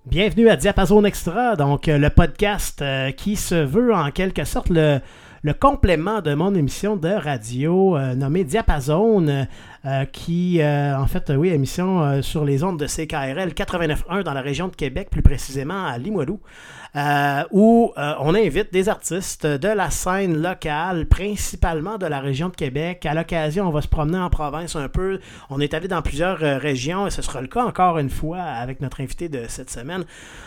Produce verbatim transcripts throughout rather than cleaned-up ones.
Bienvenue à Diapason Extra, donc euh, le podcast euh, qui se veut en quelque sorte le, le complément de mon émission de radio euh, nommée Diapason, euh, qui, euh, en fait, euh, oui, émission euh, sur les ondes de C K R L quatre-vingt-neuf point un dans la région de Québec, plus précisément à Limoilou, euh, où euh, on invite des artistes de la scène locale, principalement de la région de Québec. À l'occasion, on va se promener en province un peu. On est allé dans plusieurs euh, régions et ce sera le cas encore une fois avec notre invité de cette semaine.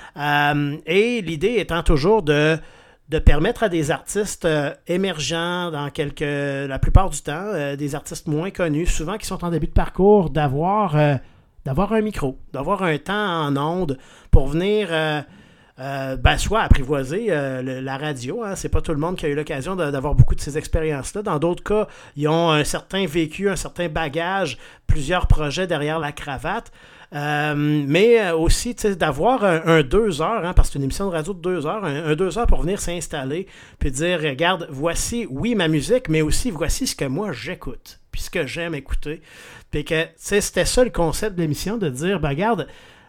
Euh, et l'idée étant toujours de, de permettre à des artistes euh, émergents dans quelques, la plupart du temps, euh, des artistes moins connus, souvent qui sont en début de parcours, d'avoir, euh, d'avoir un micro, d'avoir un temps en ondes pour venir euh, euh, ben, soit apprivoiser euh, le, la radio. Hein. C'est pas tout le monde qui a eu l'occasion de, d'avoir beaucoup de ces expériences-là. Dans d'autres cas, ils ont un certain vécu, un certain bagage, plusieurs projets derrière la cravate. Euh, mais aussi d'avoir un, un deux heures, hein, parce que c'est une émission de radio de deux heures, un, un deux heures pour venir s'installer, puis dire, regarde, voici, oui, ma musique, mais aussi voici ce que moi j'écoute, puis ce que j'aime écouter. Puis que, tu sais, c'était ça le concept de l'émission, de dire, ben regarde,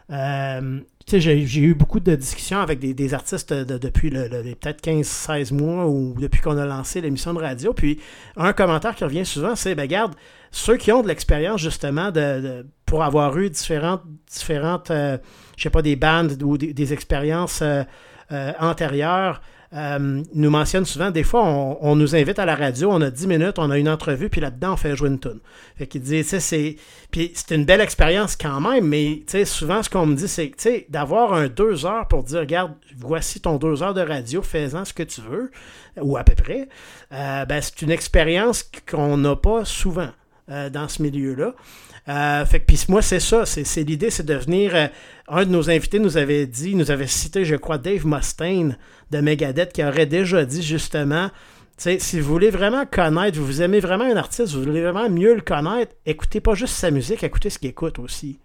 euh, tu sais, j'ai, j'ai eu beaucoup de discussions avec des, des artistes de, depuis le, le, peut-être quinze seize mois ou depuis qu'on a lancé l'émission de radio, puis un commentaire qui revient souvent, c'est, ben regarde, ceux qui ont de l'expérience justement de, de pour avoir eu différentes, différentes euh, je sais pas, des bandes ou des, des expériences euh, euh, antérieures, euh, nous mentionnent souvent, des fois, on, on nous invite à la radio, on a dix minutes, on a une entrevue, puis là-dedans, on fait jouer une toune. Fait qu'il dit, tu sais, c'est... Puis c'est une belle expérience quand même, mais, tu sais, souvent, ce qu'on me dit, c'est, tu sais, d'avoir un deux heures pour dire, regarde, voici ton deux heures de radio, fais-en ce que tu veux, ou à peu près, euh, ben, c'est une expérience qu'on n'a pas souvent euh, dans ce milieu-là. Euh, fait que puis moi c'est ça, c'est, c'est l'idée, c'est de venir. Euh, un de nos invités nous avait dit, nous avait cité, je crois, Dave Mustaine de Megadeth, qui aurait déjà dit justement, tu sais, si vous voulez vraiment connaître, vous aimez vraiment un artiste, vous voulez vraiment mieux le connaître, écoutez pas juste sa musique, écoutez ce qu'il écoute aussi.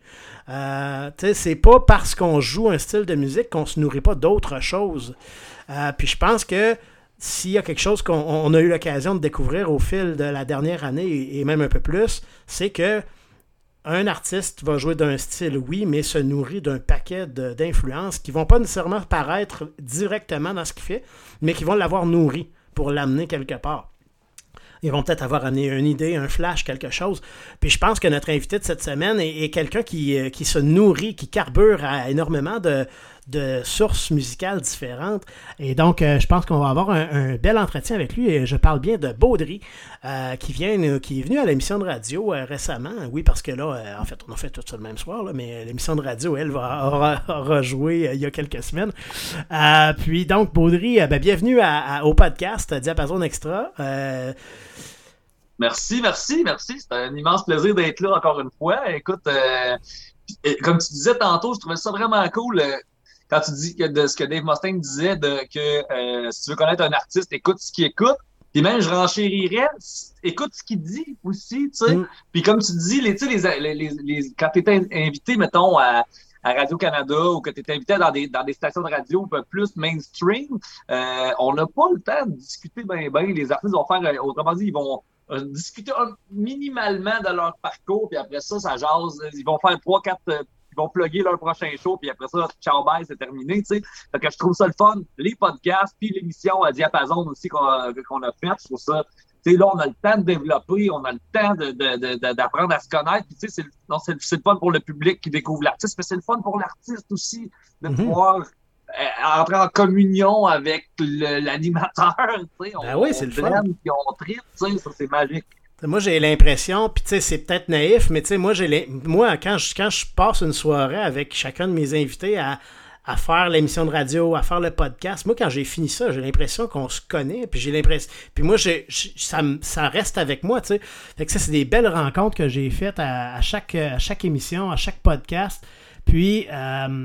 Euh, tu sais, c'est pas parce qu'on joue un style de musique qu'on se nourrit pas d'autres choses. Euh, puis je pense que s'il y a quelque chose qu'on on a eu l'occasion de découvrir au fil de la dernière année et, et même un peu plus, c'est que un artiste va jouer d'un style, oui, mais se nourrit d'un paquet de, d'influences qui ne vont pas nécessairement paraître directement dans ce qu'il fait, mais qui vont l'avoir nourri pour l'amener quelque part. Ils vont peut-être avoir amené une idée, un flash, quelque chose. Puis je pense que notre invité de cette semaine est, est quelqu'un qui, qui se nourrit, qui carbure à énormément de, de sources musicales différentes. Et donc, euh, je pense qu'on va avoir un, un bel entretien avec lui. Et je parle bien de Baudry, euh, qui, vient, qui est venu à l'émission de radio euh, récemment. Oui, parce que là, euh, en fait, on a fait tout ça le même soir, là, mais l'émission de radio, elle, va, aura, aura joué euh, il y a quelques semaines. Euh, puis donc, Baudry, euh, ben, bienvenue à, à, au podcast Diapason Extra. Euh, Merci, merci, merci. C'est un immense plaisir d'être là encore une fois. Écoute, euh, comme tu disais tantôt, je trouvais ça vraiment cool euh, quand tu dis que de ce que Dave Mustaine disait, de que euh, si tu veux connaître un artiste, écoute ce qu'il écoute. Puis même, je renchérirais, écoute ce qu'il dit aussi, tu sais. Mm. Puis comme tu dis, les, tu sais, les, les, les, quand tu étais invité, mettons, à, à Radio-Canada ou que tu étais invité dans des, dans des stations de radio un peu plus mainstream, euh, on n'a pas le temps de discuter bien, bien. Les artistes vont faire, autrement dit, ils vont discuter un, minimalement de leur parcours, puis après ça, ça jase. Ils vont faire trois, quatre, euh, ils vont plugger leur prochain show, puis après ça, ciao, bye, c'est terminé, tu sais. Fait que je trouve ça le fun. Les podcasts, puis l'émission à Diapason aussi qu'on a, qu'on a faite, je trouve ça. Tu sais, là, on a le temps de développer, on a le temps de, de, de, de, d'apprendre à se connaître. Puis, tu sais, c'est, non, c'est, c'est le fun pour le public qui découvre l'artiste, mais c'est le fun pour l'artiste aussi de mm-hmm. pouvoir euh, entrer en communion avec le, l'animateur. Tu sais, on, ben oui, c'est le fun. Puis on tripe, tu sais, ça, c'est magique. Moi, j'ai l'impression, puis tu sais, c'est peut-être naïf, mais tu sais, moi, j'ai moi quand je, quand je passe une soirée avec chacun de mes invités à, à faire l'émission de radio, à faire le podcast, moi, quand j'ai fini ça, j'ai l'impression qu'on se connaît, puis j'ai l'impression... Puis moi, j'ai, ça, ça reste avec moi, tu sais. Fait que ça, c'est des belles rencontres que j'ai faites à, à, chaque, à chaque émission, à chaque podcast. Puis... Euh,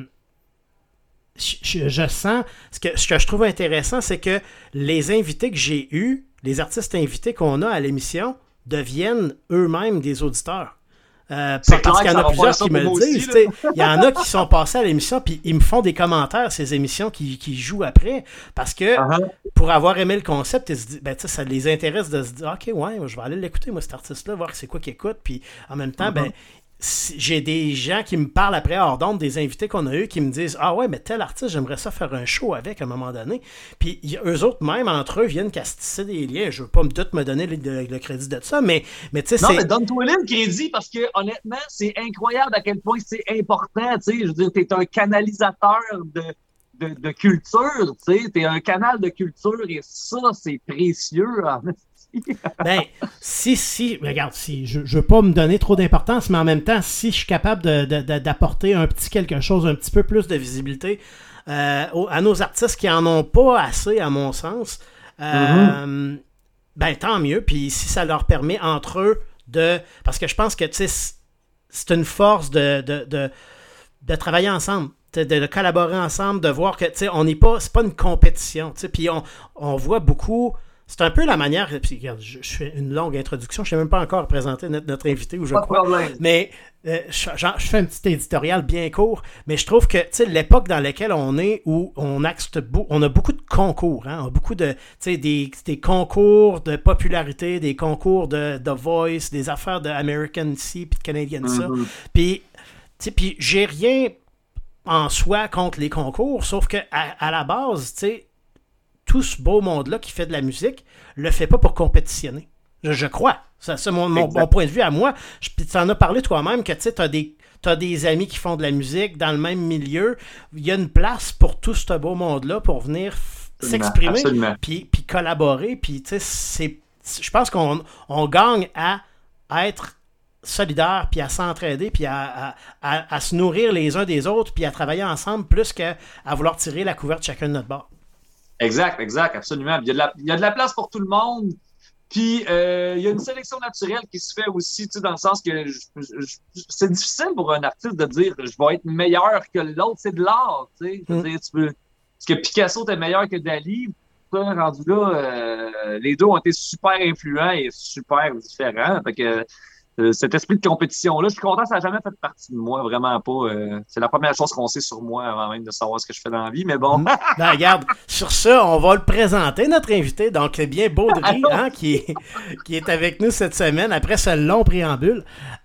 Je, je sens, ce que, ce que je trouve intéressant, c'est que les invités que j'ai eus, les artistes invités qu'on a à l'émission, deviennent eux-mêmes des auditeurs. Euh, parce clair, qu'il y en a plusieurs qui me le disent. Il y en a qui sont passés à l'émission puis ils me font des commentaires, ces émissions qui, qui jouent après. Parce que uh-huh. pour avoir aimé le concept, ils se disent, ben, ça les intéresse de se dire, OK, ouais, je vais aller l'écouter, moi, cet artiste-là, voir c'est quoi qu'il écoute. Puis en même temps, uh-huh. ben si- j'ai des gens qui me parlent après hors d'onde, des invités qu'on a eus, qui me disent « Ah ouais, mais tel artiste, j'aimerais ça faire un show avec à un moment donné. » Puis y- eux autres, même entre eux, viennent castisser des liens. Je veux pas me doute me donner le, le- le crédit de ça, mais, mais tu sais, Non, c'est... mais donne-toi le crédit parce que honnêtement, c'est incroyable à quel point c'est important. Tu sais, je veux dire, t'es un canalisateur de, de, de culture, tu sais, t'es un canal de culture et ça, c'est précieux. En esti. Ben, si, si, regarde, si, je, je veux pas me donner trop d'importance, mais en même temps, si je suis capable de, de- de- d'apporter un petit quelque chose, un petit peu plus de visibilité euh, aux- à nos artistes qui en ont pas assez, à mon sens, euh, ben tant mieux. Puis si ça leur permet entre eux de... Parce que je pense que, tu sais, c'est c'est une force de, de, de, de travailler ensemble. De, de collaborer ensemble, de voir que, tu sais, on n'est pas, c'est pas une compétition, tu sais, puis on, on voit beaucoup, c'est un peu la manière, puis regarde, je, je fais une longue introduction, je ne sais même pas encore présenter notre, notre invité, ou je Pas de crois, problème. mais euh, je, genre, je fais un petit éditorial bien court, mais je trouve que, tu sais, l'époque dans laquelle on est, où on, axe, on a beaucoup de concours, hein, on a beaucoup de, tu sais, des, des concours de popularité, des concours de The Voice, des affaires de American C, puis de Canadian ça, Mhm. puis, tu sais, puis j'ai rien en soi contre les concours, sauf que à, à la base, tu sais, tout ce beau monde-là qui fait de la musique le fait pas pour compétitionner. Je, je crois. Ça, c'est mon, mon, mon point de vue à moi. Je, puis tu en as parlé toi-même que tu sais, t'as des, t'as des amis qui font de la musique dans le même milieu. Il y a une place pour tout ce beau monde-là pour venir f- Absolument, s'exprimer absolument. puis, puis collaborer. Puis tu sais, c'est, je pense qu'on on gagne à être solidaire, puis à s'entraider, puis à, à, à, à se nourrir les uns des autres, puis à travailler ensemble, plus qu'à à vouloir tirer la couverte chacun de notre bord. Exact, exact, absolument. Il y a de la, il y a de la place pour tout le monde. Puis, euh, il y a une sélection naturelle qui se fait aussi, tu sais, dans le sens que je- je- je- c'est difficile pour un artiste de dire je vais être meilleur que l'autre. C'est de l'art, tu sais. Je veux Mm. dire, tu peux, est-ce que Picasso était meilleur que Dali? Ça, rendu là, euh, les deux ont été super influents et super différents. Fait que euh, cet esprit de compétition-là, je suis content, ça n'a jamais fait partie de moi, vraiment pas. Euh, c'est la première chose qu'on sait sur moi avant même de savoir ce que je fais dans la vie, mais bon. Mm. Ben, regarde, sur ça, on va le présenter, notre invité, donc bien Baudry, hein, qui, est, qui est avec nous cette semaine après ce long préambule.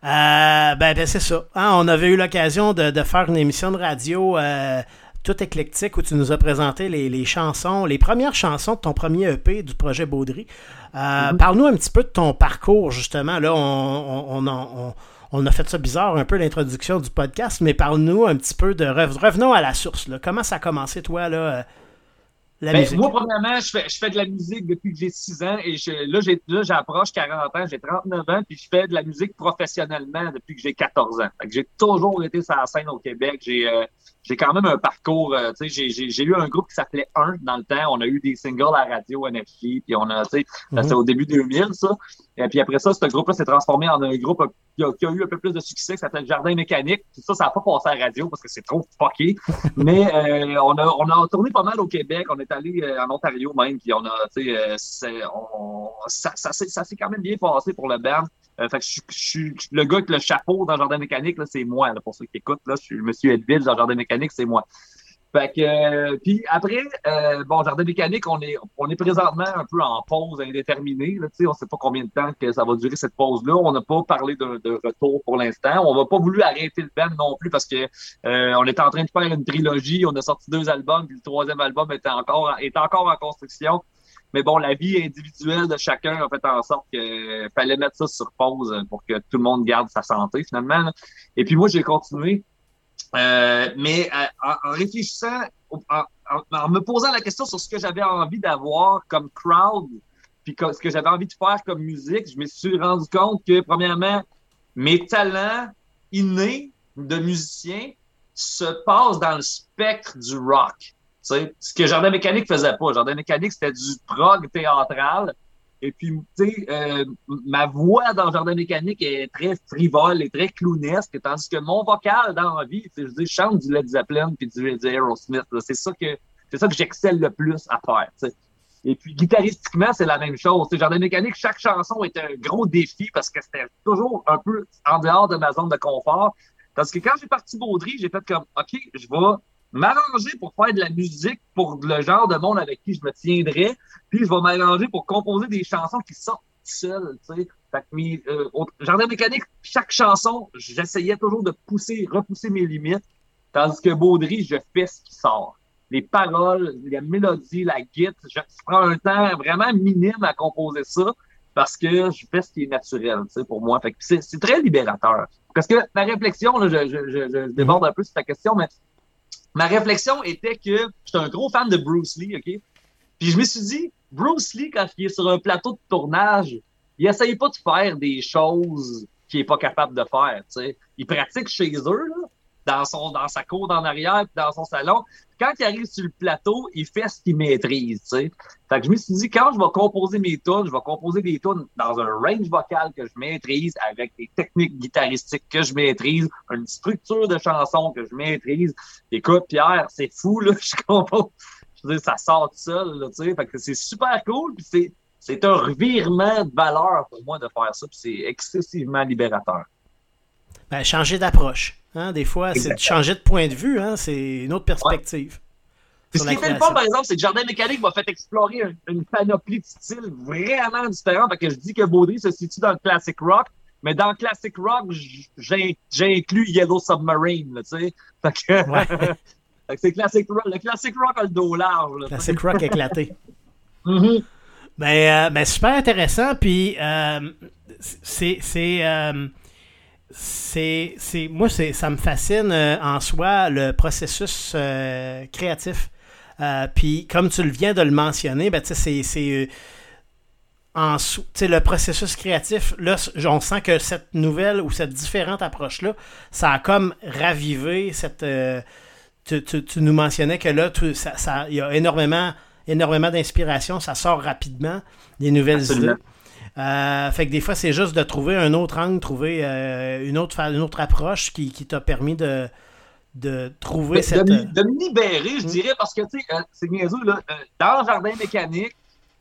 Euh, ben, ben, c'est ça. Hein, on avait eu l'occasion de, de faire une émission de radio euh, tout éclectique où tu nous as présenté les, les chansons, les premières chansons de ton premier E P du projet Baudry. Euh, Mm-hmm. Parle-nous un petit peu de ton parcours, justement. Là, on, on, on, on, on a fait ça bizarre, un peu l'introduction du podcast, mais parle-nous un petit peu de... Revenons à la source. Là. Comment ça a commencé, toi, là, la Ben, musique? moi, premièrement, je fais, je fais de la musique depuis que j'ai six ans et je, là, j'ai, là, j'approche quarante ans, j'ai trente-neuf ans, puis je fais de la musique professionnellement depuis que j'ai quatorze ans. Fait que j'ai toujours été sur la scène au Québec. J'ai, euh, j'ai quand même un parcours, euh, tu sais, j'ai, j'ai, j'ai eu un groupe qui s'appelait Un dans le temps. On a eu des singles à la radio, N F J, puis on a, tu sais, Mhm. c'était au début deux mille, ça. Et puis après ça, ce groupe-là s'est transformé en un groupe qui a, qui a eu un peu plus de succès, qui s'appelle Jardin Mécanique. Puis ça, ça n'a pas passé à la radio parce que c'est trop fucké. Mais euh, on, a, on a tourné pas mal au Québec. On est allé euh, en Ontario même. Puis on a, tu sais, euh, c'est- on- ça, ça, s'est- ça s'est quand même bien passé pour le band. Euh, fait que je, suis- je suis le gars avec le chapeau dans Jardin Mécanique, là, c'est moi. Là, pour ceux qui écoutent, là, je suis Monsieur Edville dans Jardin Mécanique, c'est moi. Fait que, euh, puis après, euh, bon, Jardin Mécanique, on est, on est présentement un peu en pause indéterminée. Là, tu sais, on sait pas combien de temps que ça va durer cette pause-là. On n'a pas parlé de, de retour pour l'instant. On va pas voulu arrêter le band non plus parce que euh, on est en train de faire une trilogie. On a sorti deux albums, puis le troisième album était encore, est encore en construction. Mais bon, la vie individuelle de chacun a fait en sorte qu'il fallait mettre ça sur pause pour que tout le monde garde sa santé finalement. Là. Et puis moi, j'ai continué. Euh, mais euh, en, en réfléchissant, en, en, en me posant la question sur ce que j'avais envie d'avoir comme crowd, puis ce que j'avais envie de faire comme musique, je me suis rendu compte que, premièrement, mes talents innés de musicien se passent dans le spectre du rock. Tu sais, ce que Jardin Mécanique faisait pas. Jardin Mécanique, c'était du prog théâtral. Et puis, tu sais, euh, ma voix dans Jardin Mécanique est très frivole et très clownesque, tandis que mon vocal dans la vie, je dis, je chante du Led Zeppelin puis du, du Aerosmith. Là. C'est ça que c'est ça que j'excelle le plus à faire. T'sais. Et puis, guitaristiquement, c'est la même chose. T'sais, Jardin Mécanique, chaque chanson était un gros défi parce que c'était toujours un peu en dehors de ma zone de confort. Parce que quand j'ai parti Baudry, j'ai fait comme, OK, je vais m'arranger pour faire de la musique pour le genre de monde avec qui je me tiendrais, puis je vais m'arranger pour composer des chansons qui sortent seules, tu sais. Fait que mes, euh, au Jardin Mécanique, chaque chanson, j'essayais toujours de pousser, repousser mes limites. Tandis que Baudry, je fais ce qui sort. Les paroles, les mélodies, la guitare, je, je prends un temps vraiment minime à composer ça parce que je fais ce qui est naturel, tu sais, pour moi. Fait que c'est, c'est très libérateur. Parce que ma réflexion, là, je, je, je, je déborde un peu sur ta question, mais ma réflexion était que j'étais un gros fan de Bruce Lee, OK? Puis je me suis dit, Bruce Lee, quand il est sur un plateau de tournage, il essaye pas de faire des choses qu'il est pas capable de faire, tu sais. Il pratique chez eux, là, dans son, dans sa cour d'en arrière, puis dans son salon. Quand il arrive sur le plateau, il fait ce qu'il maîtrise, tu sais. Fait que je me suis dit, quand je vais composer mes tunes, je vais composer des tunes dans un range vocal que je maîtrise, avec des techniques guitaristiques que je maîtrise, une structure de chanson que je maîtrise. Écoute, Pierre, c'est fou, là, je compose. Je veux dire, ça sort tout seul, là, tu sais. Fait que c'est super cool, puis c'est, c'est un revirement de valeur pour moi de faire ça, puis c'est excessivement libérateur. Ben, changer d'approche. Hein? Des fois, Exactement. C'est de changer de point de vue. Hein? C'est une autre perspective. Ouais. Ce qui est le fun, par exemple, c'est que Jardin Mécanique m'a fait explorer une, une panoplie de styles vraiment différents. Fait que je dis que Baudry se situe dans le classic rock, mais dans le classic rock, j'ai, j'ai inclus Yellow Submarine, là, tu sais. Fait que, ouais. fait que c'est classic rock. Le classic rock a le dos large. Là, classic rock éclaté. mm-hmm. ben, euh, ben, super intéressant. Puis, euh, c'est... c'est euh, C'est, c'est, moi, c'est, ça me fascine euh, en soi le processus euh, créatif. Euh, Puis, comme tu le viens de le mentionner, ben, c'est, c'est euh, en sou, le processus créatif. Là, on sent que cette nouvelle ou cette différente approche-là, ça a comme ravivé cette. Euh, tu, tu, tu nous mentionnais que là, il ça, ça, y a énormément, énormément d'inspiration, ça sort rapidement, des nouvelles Absolument. idées. Euh, fait que des fois, c'est juste de trouver un autre angle, trouver euh, une, autre, une autre approche qui, qui t'a permis de, de trouver de, cette... De, de me libérer, je mmh. dirais, parce que, tu sais, euh, c'est niaiseux, là, euh, dans le Jardin Mécanique,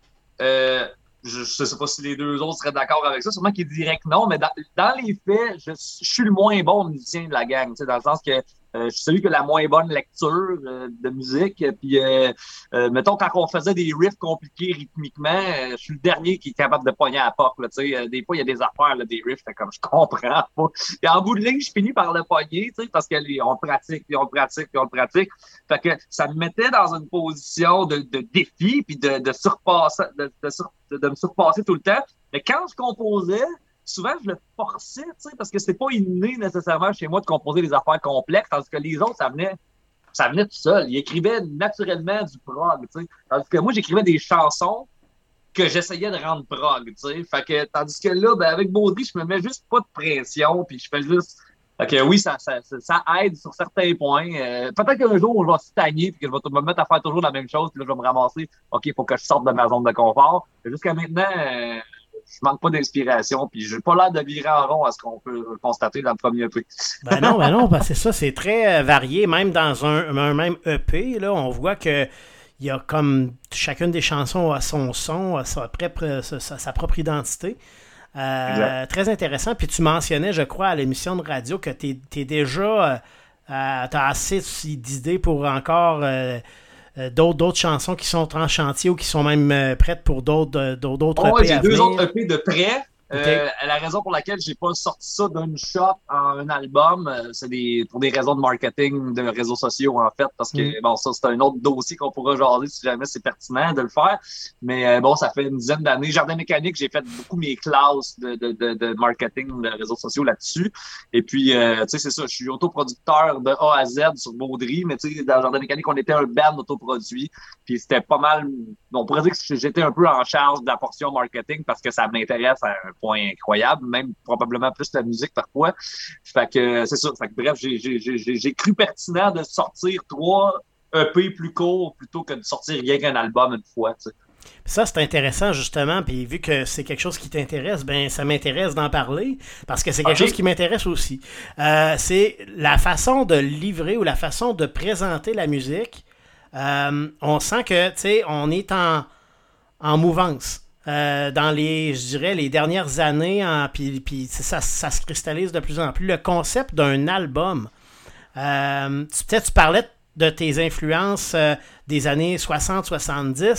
euh, je ne sais pas si les deux autres seraient d'accord avec ça, sûrement qu'ils diraient que non, mais dans, dans les faits, je, je suis le moins bon musicien de la gang, tu sais, dans le sens que Euh, je suis celui qui a la moins bonne lecture euh, de musique. Puis, euh, euh, mettons, quand on faisait des riffs compliqués rythmiquement, euh, je suis le dernier qui est capable de pogner à la porte. Là, euh, des fois, il y a des affaires, là, des riffs, comme je comprends pas. Et en bout de ligne, je finis par le pogner, parce qu'on le pratique, puis on le pratique, puis on le pratique. Fait que ça me mettait dans une position de, de défi, puis de, de, surpasser, de, de, sur, de, de me surpasser tout le temps. Mais quand je composais, souvent, je le forçais, tu sais, parce que c'était pas inné nécessairement chez moi de composer des affaires complexes, tandis que les autres, ça venait, ça venait tout seul. Ils écrivaient naturellement du prog, tu sais. Tandis que moi, j'écrivais des chansons que j'essayais de rendre prog, tu sais. Fait que, tandis que là, ben, avec Baudry, je me mets juste pas de pression, puis je fais juste... Fait que oui, ça, ça, ça aide sur certains points. Euh, peut-être qu'un jour, je vais stagner, puis que je vais me mettre à faire toujours la même chose, puis là, je vais me ramasser. OK, il faut que je sorte de ma zone de confort. Et jusqu'à maintenant... Euh, je manque pas d'inspiration, puis j'ai pas l'air de virer en rond à ce qu'on peut constater dans le premier E P. Ben non, ben non, parce que c'est ça, c'est très varié, même dans un, un même E P, là, on voit que il y a comme chacune des chansons a son son, a sa, propre, sa, sa propre identité. Euh, très intéressant. Puis tu mentionnais, je crois, à l'émission de radio que tu es déjà, euh, t'as assez d'idées pour encore... Euh, D'autres, d'autres chansons qui sont en chantier ou qui sont même euh, prêtes pour d'autres, euh, d'autres oh, E P. J'ai à deux venir. autres E P de près. Okay. Euh, la raison pour laquelle j'ai pas sorti ça d'une shot en un album, euh, c'est des, pour des raisons de marketing, de réseaux sociaux, en fait, parce que, mm. bon, ça, c'est un autre dossier qu'on pourra jaser si jamais c'est pertinent de le faire. Mais euh, bon, ça fait une dizaine d'années. Jardin Mécanique, j'ai fait beaucoup mes classes de, de, de, de marketing, de réseaux sociaux là-dessus. Et puis, euh, tu sais, c'est ça, je suis autoproducteur de A à Z sur Baudry, mais tu sais, dans Jardin Mécanique, on était un band autoproduit. Puis c'était pas mal, on pourrait dire que j'étais un peu en charge de la portion marketing parce que ça m'intéresse à un point incroyable, même probablement plus la musique parfois. Fait que c'est ça. Fait que bref, j'ai, j'ai, j'ai, j'ai cru pertinent de sortir trois E P plus courts plutôt que de sortir rien qu'un album une fois, tu sais. Ça, c'est intéressant, justement, puis vu que c'est quelque chose qui t'intéresse, ben ça m'intéresse d'en parler, parce que c'est quelque okay. chose qui m'intéresse aussi. Euh, c'est la façon de livrer ou la façon de présenter la musique. Euh, on sent que, tu sais, on est en, en mouvance. Euh, dans les, je dirais, les dernières années, puis, puis ça, ça se cristallise de plus en plus. Le concept d'un album. Euh, tu, peut-être tu parlais de tes influences euh, des années soixante soixante-dix.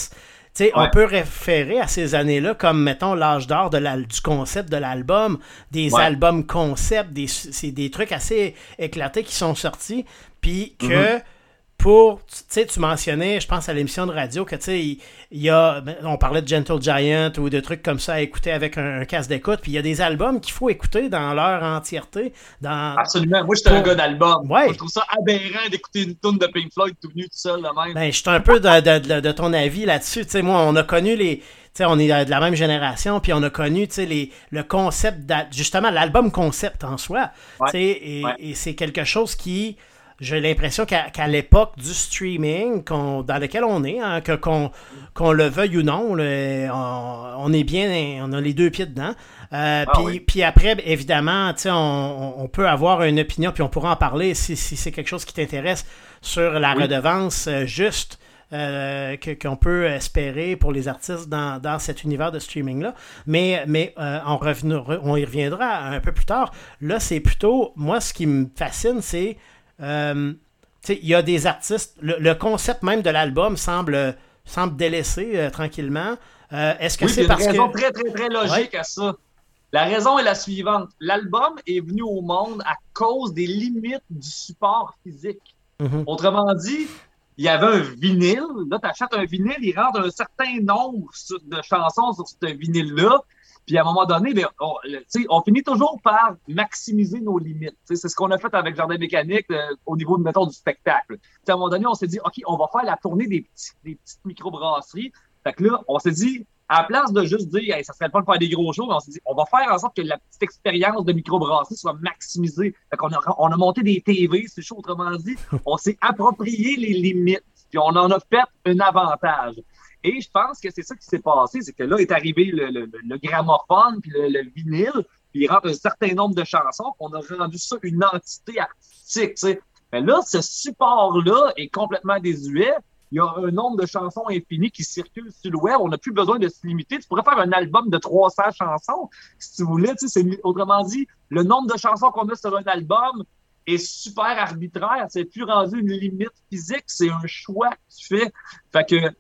sais, Ouais. on peut référer à ces années-là comme, mettons, l'âge d'or de la- du concept de l'album, des Ouais. albums concept, des, c'est des trucs assez éclatés qui sont sortis, puis que Mm-hmm. pour, tu sais, tu mentionnais, je pense à l'émission de radio, que tu sais, il, il y a, ben, on parlait de Gentle Giant ou de trucs comme ça à écouter avec un, un casque d'écoute, puis il y a des albums qu'il faut écouter dans leur entièreté. Dans... Absolument. Moi, j'étais Pour... un gars d'album. Ouais. Moi, je trouve ça aberrant d'écouter une tune de Pink Floyd tout nu tout seul, là même. Ben, je suis un peu de, de, de, de ton avis là-dessus. Tu sais, moi, on a connu les... Tu sais, on est de la même génération, puis on a connu, tu sais, les, le concept, justement, l'album concept en soi. Ouais. Tu sais, et, Ouais. et c'est quelque chose qui... J'ai l'impression qu'à, qu'à l'époque du streaming qu'on, dans lequel on est, hein, que, qu'on, qu'on le veuille ou non, le, on, on est bien, on a les deux pieds dedans. Euh, Ah puis, oui. puis après, évidemment, on, on peut avoir une opinion, puis on pourra en parler si, si c'est quelque chose qui t'intéresse sur la Oui. redevance euh, juste euh, que, qu'on peut espérer pour les artistes dans, dans cet univers de streaming-là. Mais, mais euh, on, revenir, on y reviendra un peu plus tard. Là, c'est plutôt, moi, ce qui me fascine, c'est Euh, il y a des artistes, le, le concept même de l'album semble, semble délaissé euh, tranquillement. Euh, est-ce que Oui, c'est il y a parce une raison que... très, très, très logique Ouais. à ça. La raison est la suivante. L'album est venu au monde à cause des limites du support physique. Mm-hmm. Autrement dit, il y avait un vinyle. Là, tu achètes un vinyle, il rentre un certain nombre de chansons sur ce vinyle-là. Puis à un moment donné, bien, on, on finit toujours par maximiser nos limites. T'sais, c'est ce qu'on a fait avec Jardin Mécanique euh, au niveau, mettons, du spectacle. T'sais, à un moment donné, on s'est dit, OK, on va faire la tournée des, petits, des petites microbrasseries. Fait que là, on s'est dit, à la place de juste dire, hey, ça serait pas de faire des gros shows, mais on s'est dit, on va faire en sorte que la petite expérience de microbrasserie soit maximisée. Fait qu'on a, on a monté des T V, c'est chaud, autrement dit. On s'est approprié les limites. Puis on en a fait un avantage. Et je pense que c'est ça qui s'est passé, c'est que là est arrivé le, le, le gramophone, puis le, le vinyle, puis il rentre un certain nombre de chansons, puis on a rendu ça une entité artistique, tu sais. Mais là, ce support-là est complètement désuet. Il y a un nombre de chansons infini qui circulent sur le web. On n'a plus besoin de se limiter. Tu pourrais faire un album de trois cents chansons, si tu voulais. Tu sais, c'est, autrement dit, le nombre de chansons qu'on a sur un album est super arbitraire. C'est plus rendu une limite physique. C'est un choix que tu fais. Fait que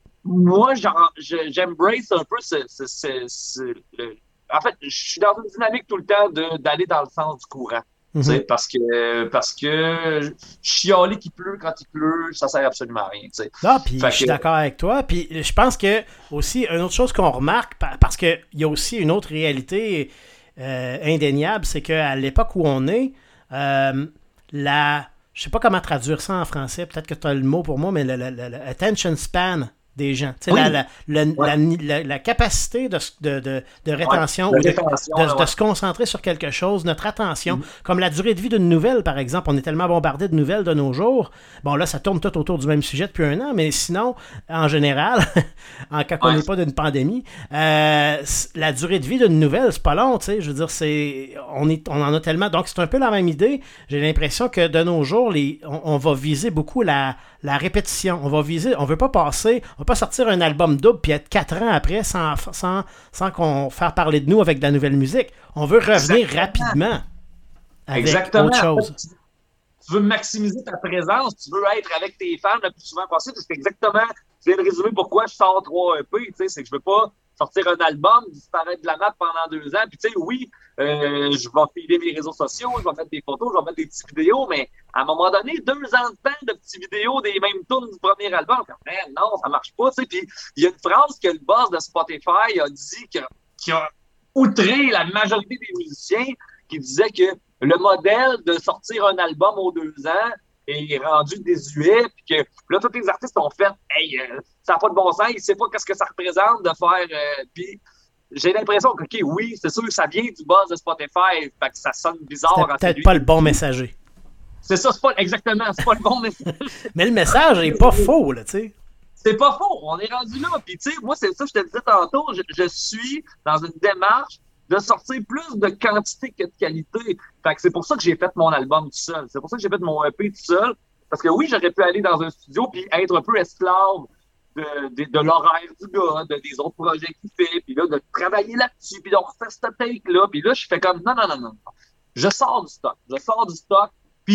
moi, genre, je, j'embrace un peu ce, ce, ce, ce le... En fait, je suis dans une dynamique tout le temps de, d'aller dans le sens du courant. Mm-hmm. Parce que parce que chialer qu'il pleut quand il pleut, ça sert absolument à rien. T'sais. Non, puis je que... suis d'accord avec toi. Puis je pense que aussi, une autre chose qu'on remarque, parce qu'il y a aussi une autre réalité euh, indéniable, c'est qu'à l'époque où on est, euh, la... Je sais pas comment traduire ça en français, peut-être que tu as le mot pour moi, mais le, le, le, le attention span des gens. Oui. La, la, la, ouais. la, la, la capacité de, de, de, de rétention, ouais, ou de, rétention de, de, ouais. de se concentrer sur quelque chose, notre attention, mm-hmm. comme la durée de vie d'une nouvelle, par exemple. On est tellement bombardé de nouvelles de nos jours. Bon, là, ça tourne tout autour du même sujet depuis un an, mais sinon, en général, en cas qu'on n'est pas d'une pandémie, euh, la durée de vie d'une nouvelle, c'est pas long, tu sais. Je veux dire, c'est, on, est, on en a tellement. Donc, c'est un peu la même idée. J'ai l'impression que de nos jours, les, on, on va viser beaucoup la, la répétition. On va viser, on veut pas passer, on pas sortir un album double puis être quatre ans après sans, sans, sans qu'on fasse parler de nous avec de la nouvelle musique. On veut revenir Exactement. rapidement avec Exactement. autre chose. Tu, tu veux maximiser ta présence, tu veux être avec tes fans le plus souvent possible. C'est exactement, je viens de résumer pourquoi je sors trois E P, tu sais, c'est que je veux pas sortir un album, disparaître de la map pendant deux ans. Puis tu sais, oui, euh, je vais filer mes réseaux sociaux, je vais mettre des photos, je vais mettre des petites vidéos, mais à un moment donné, deux ans de temps de petites vidéos des mêmes tunes du premier album, comme, eh, non, ça marche pas. Tu sais, puis il y a une phrase que le boss de Spotify a dit que, qui a outré la majorité des musiciens, qui disait que le modèle de sortir un album aux deux ans est rendu désuet, puis que là, tous les artistes ont fait « Hey, euh, ça n'a pas de bon sens, il ne sait pas qu'est-ce que ça représente de faire... Euh, » Puis j'ai l'impression que, OK, oui, c'est sûr que ça vient du boss de Spotify, fait que ça sonne bizarre. C'est peut-être pas le bon messager. C'est ça, c'est pas... Exactement, c'est pas le bon message. Mais le message est pas faux, là, tu sais. C'est pas faux, on est rendu là. Puis tu sais, moi, c'est ça que je te disais tantôt, je, je suis dans une démarche de sortir plus de quantité que de qualité. Fait que c'est pour ça que j'ai fait mon album tout seul. C'est pour ça que j'ai fait mon E P tout seul. Parce que oui, j'aurais pu aller dans un studio puis être un peu esclave de, de, de l'horaire du gars, de, des autres projets qu'il fait, puis là, de travailler là-dessus, puis de refaire cette take-là. Puis là, je fais comme, non, non, non, non. Je sors du stock. Je sors du stock, puis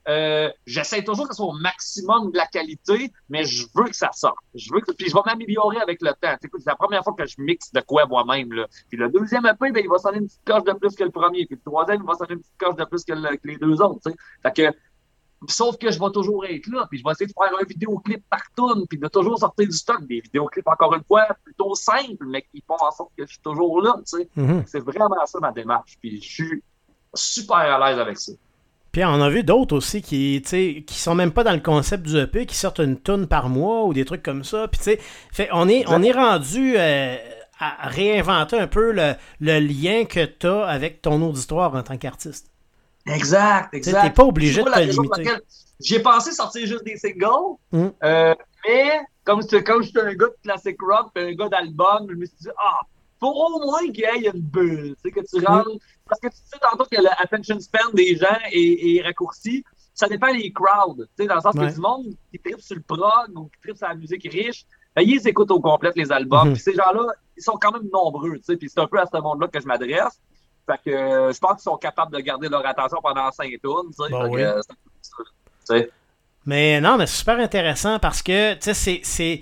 Euh, j'essaie toujours que ce soit au maximum de la qualité, mais je veux que ça sorte. Je veux que, puis je vais m'améliorer avec le temps. Écoute, c'est la première fois que je mixe de quoi moi-même, là. Puis le deuxième E P, ben, il va sonner une petite coche de plus que le premier. Puis le troisième, il va sonner une petite coche de plus que, le, que les deux autres, tu sais. Fait que, sauf que je vais toujours être là, puis je vais essayer de faire un vidéoclip par tune, puis de toujours sortir du stock. Des vidéoclips, encore une fois, plutôt simples, mais qui font en sorte que je suis toujours là, tu sais. Mm-hmm. C'est vraiment ça ma démarche, puis je suis super à l'aise avec ça. Puis on a vu d'autres aussi qui, qui sont même pas dans le concept du E P, qui sortent une toune par mois ou des trucs comme ça. Puis tu sais, fait, on est, on est rendu euh, à réinventer un peu le, le lien que tu as avec ton auditoire en tant qu'artiste. Exact, exact. Tu n'es pas obligé de te limiter. J'ai pensé sortir juste des singles, mm. euh, mais comme je suis un gars de classic rock et un gars d'album, je me suis dit, ah, faut au moins qu'il y ait une bulle, tu sais, que tu rentres. Mm. Parce que tu sais tantôt que l'attention span des gens est, est raccourci. Ça dépend des crowds, tu sais, dans le sens ouais. que du monde qui tripe sur le prog ou qui tripe sur la musique riche, ben, ils écoutent au complet les albums. Mm-hmm. Puis ces gens-là, ils sont quand même nombreux, tu sais, puis c'est un peu à ce monde-là que je m'adresse. Fait que euh, je pense qu'ils sont capables de garder leur attention pendant cinq tours, tu sais. Bon, fait oui. que, euh, c'est, tu sais. Mais non, mais c'est super intéressant parce que, tu sais, c'est, c'est,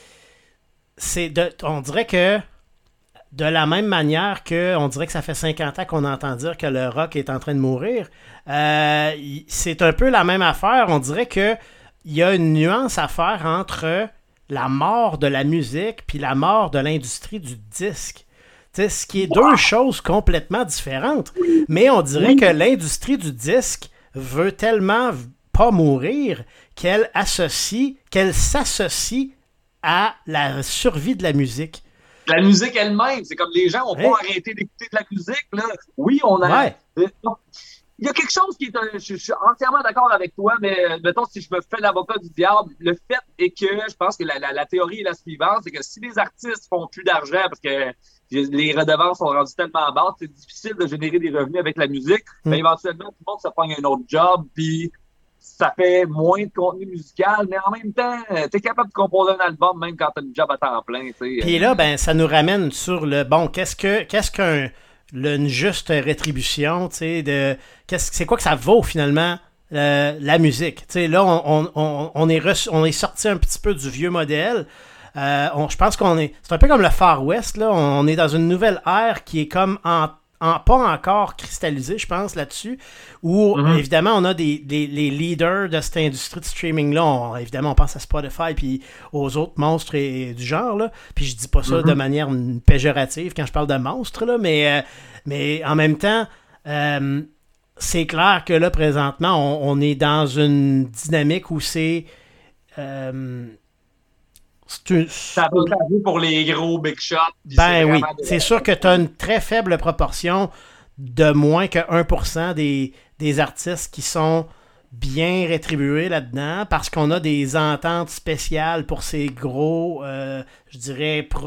c'est de, on dirait que de la même manière que on dirait que ça fait cinquante ans qu'on entend dire que le rock est en train de mourir, euh, c'est un peu la même affaire. On dirait que il y a une nuance à faire entre la mort de la musique puis la mort de l'industrie du disque. T'sais, ce qui est wow. deux choses complètement différentes. Mais on dirait oui. que l'industrie du disque veut tellement pas mourir qu'elle associe, qu'elle s'associe à la survie de la musique. La musique elle-même, c'est comme les gens ont hey. pas arrêté d'écouter de la musique. Là. Oui, on a... Ouais. Il y a quelque chose qui est... Un... Je suis entièrement d'accord avec toi, mais mettons, si je me fais l'avocat du diable, le fait est que je pense que la, la, la théorie est la suivante, c'est que si les artistes font plus d'argent parce que les redevances sont rendues tellement basses, c'est difficile de générer des revenus avec la musique, mm. mais éventuellement, tout le monde se pogne un autre job, puis ça fait moins de contenu musical, mais en même temps, t'es capable de composer un album même quand t'as une job à temps plein. Puis là, ben, ça nous ramène sur le bon, qu'est-ce que qu'est-ce qu'un le, une juste rétribution, tu sais, de qu'est-ce c'est quoi que ça vaut finalement euh, la musique. Tu sais, là, on, on, on, est reçu, on est sorti un petit peu du vieux modèle. Euh, on, je pense qu'on est. C'est un peu comme le Far West, là. On est dans une nouvelle ère qui est comme en. En, pas encore cristallisé, je pense, là-dessus, où, mm-hmm. évidemment, on a des, des les leaders de cette industrie de streaming-là. On, évidemment, on pense à Spotify puis aux autres monstres et, et du genre, là. Puis je dis pas ça mm-hmm. de manière péjorative quand je parle de monstres, là, mais, euh, mais en même temps, euh, c'est clair que là, présentement, on, on est dans une dynamique où c'est... Euh, Un... Ça peut être pour les gros big shots. Ben oui, de... c'est sûr que tu as une très faible proportion de moins que un pour cent des, des artistes qui sont bien rétribués là-dedans parce qu'on a des ententes spéciales pour ces gros, euh, je dirais, pro...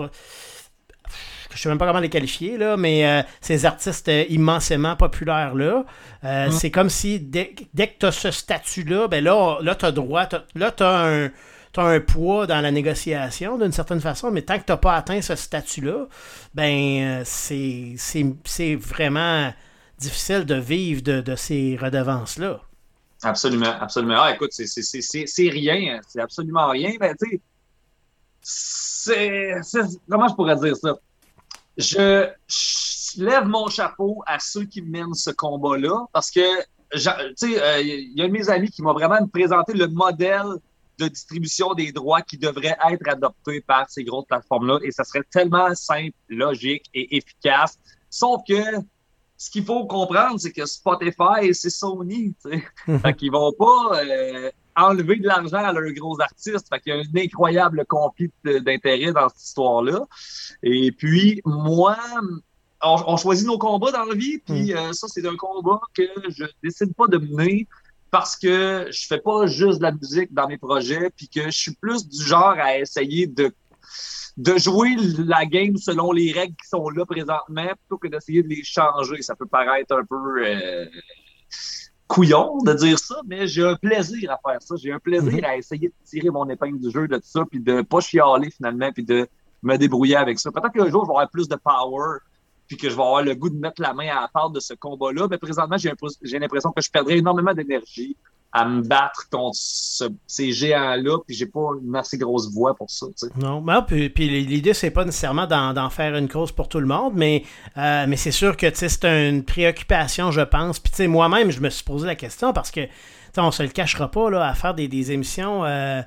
je sais même pas comment les qualifier, là, mais euh, ces artistes euh, immensément populaires-là, euh, mm. c'est comme si dès, dès que tu as ce statut-là, ben là, là tu as droit, t'as, là tu as un... tu as un poids dans la négociation d'une certaine façon, mais tant que tu n'as pas atteint ce statut-là, ben c'est, c'est, c'est vraiment difficile de vivre de, de ces redevances-là. Absolument, absolument. Ah, écoute, c'est, c'est, c'est, c'est, c'est rien, c'est absolument rien. Ben, tu sais, c'est, c'est... Comment je pourrais dire ça? Je, je lève mon chapeau à ceux qui mènent ce combat-là, parce que, tu sais, il euh, y a un de mes amis qui m'a vraiment présenté le modèle de distribution des droits qui devrait être adopté par ces grosses plateformes-là. Et ça serait tellement simple, logique et efficace. Sauf que ce qu'il faut comprendre, c'est que Spotify, c'est Sony. Tu sais. Fait qu'ils vont pas euh, enlever de l'argent à leurs gros artistes. Fait qu'il y a un incroyable conflit d'intérêts dans cette histoire-là. Et puis, moi... On, on choisit nos combats dans la vie, puis euh, ça, c'est un combat que je décide pas de mener parce que je fais pas juste de la musique dans mes projets, puis que je suis plus du genre à essayer de de jouer la game selon les règles qui sont là présentement, plutôt que d'essayer de les changer. Ça peut paraître un peu euh, couillon de dire ça, mais j'ai un plaisir à faire ça. J'ai un plaisir mm-hmm. à essayer de tirer mon épingle du jeu de ça, puis de pas chialer finalement, puis de me débrouiller avec ça. Peut-être qu'un jour, je vais avoir plus de power, puis que je vais avoir le goût de mettre la main à la pâte de ce combat-là. Mais présentement, j'ai, j'ai l'impression que je perdrais énormément d'énergie à me battre contre ce, ces géants-là, puis j'ai pas une assez grosse voix pour ça, tu sais. Non, ben, puis, puis l'idée, c'est pas nécessairement d'en, d'en faire une cause pour tout le monde, mais, euh, mais c'est sûr que c'est une préoccupation, je pense. Puis tu sais, moi-même, je me suis posé la question parce que on se le cachera pas, là, à faire des, des émissions euh,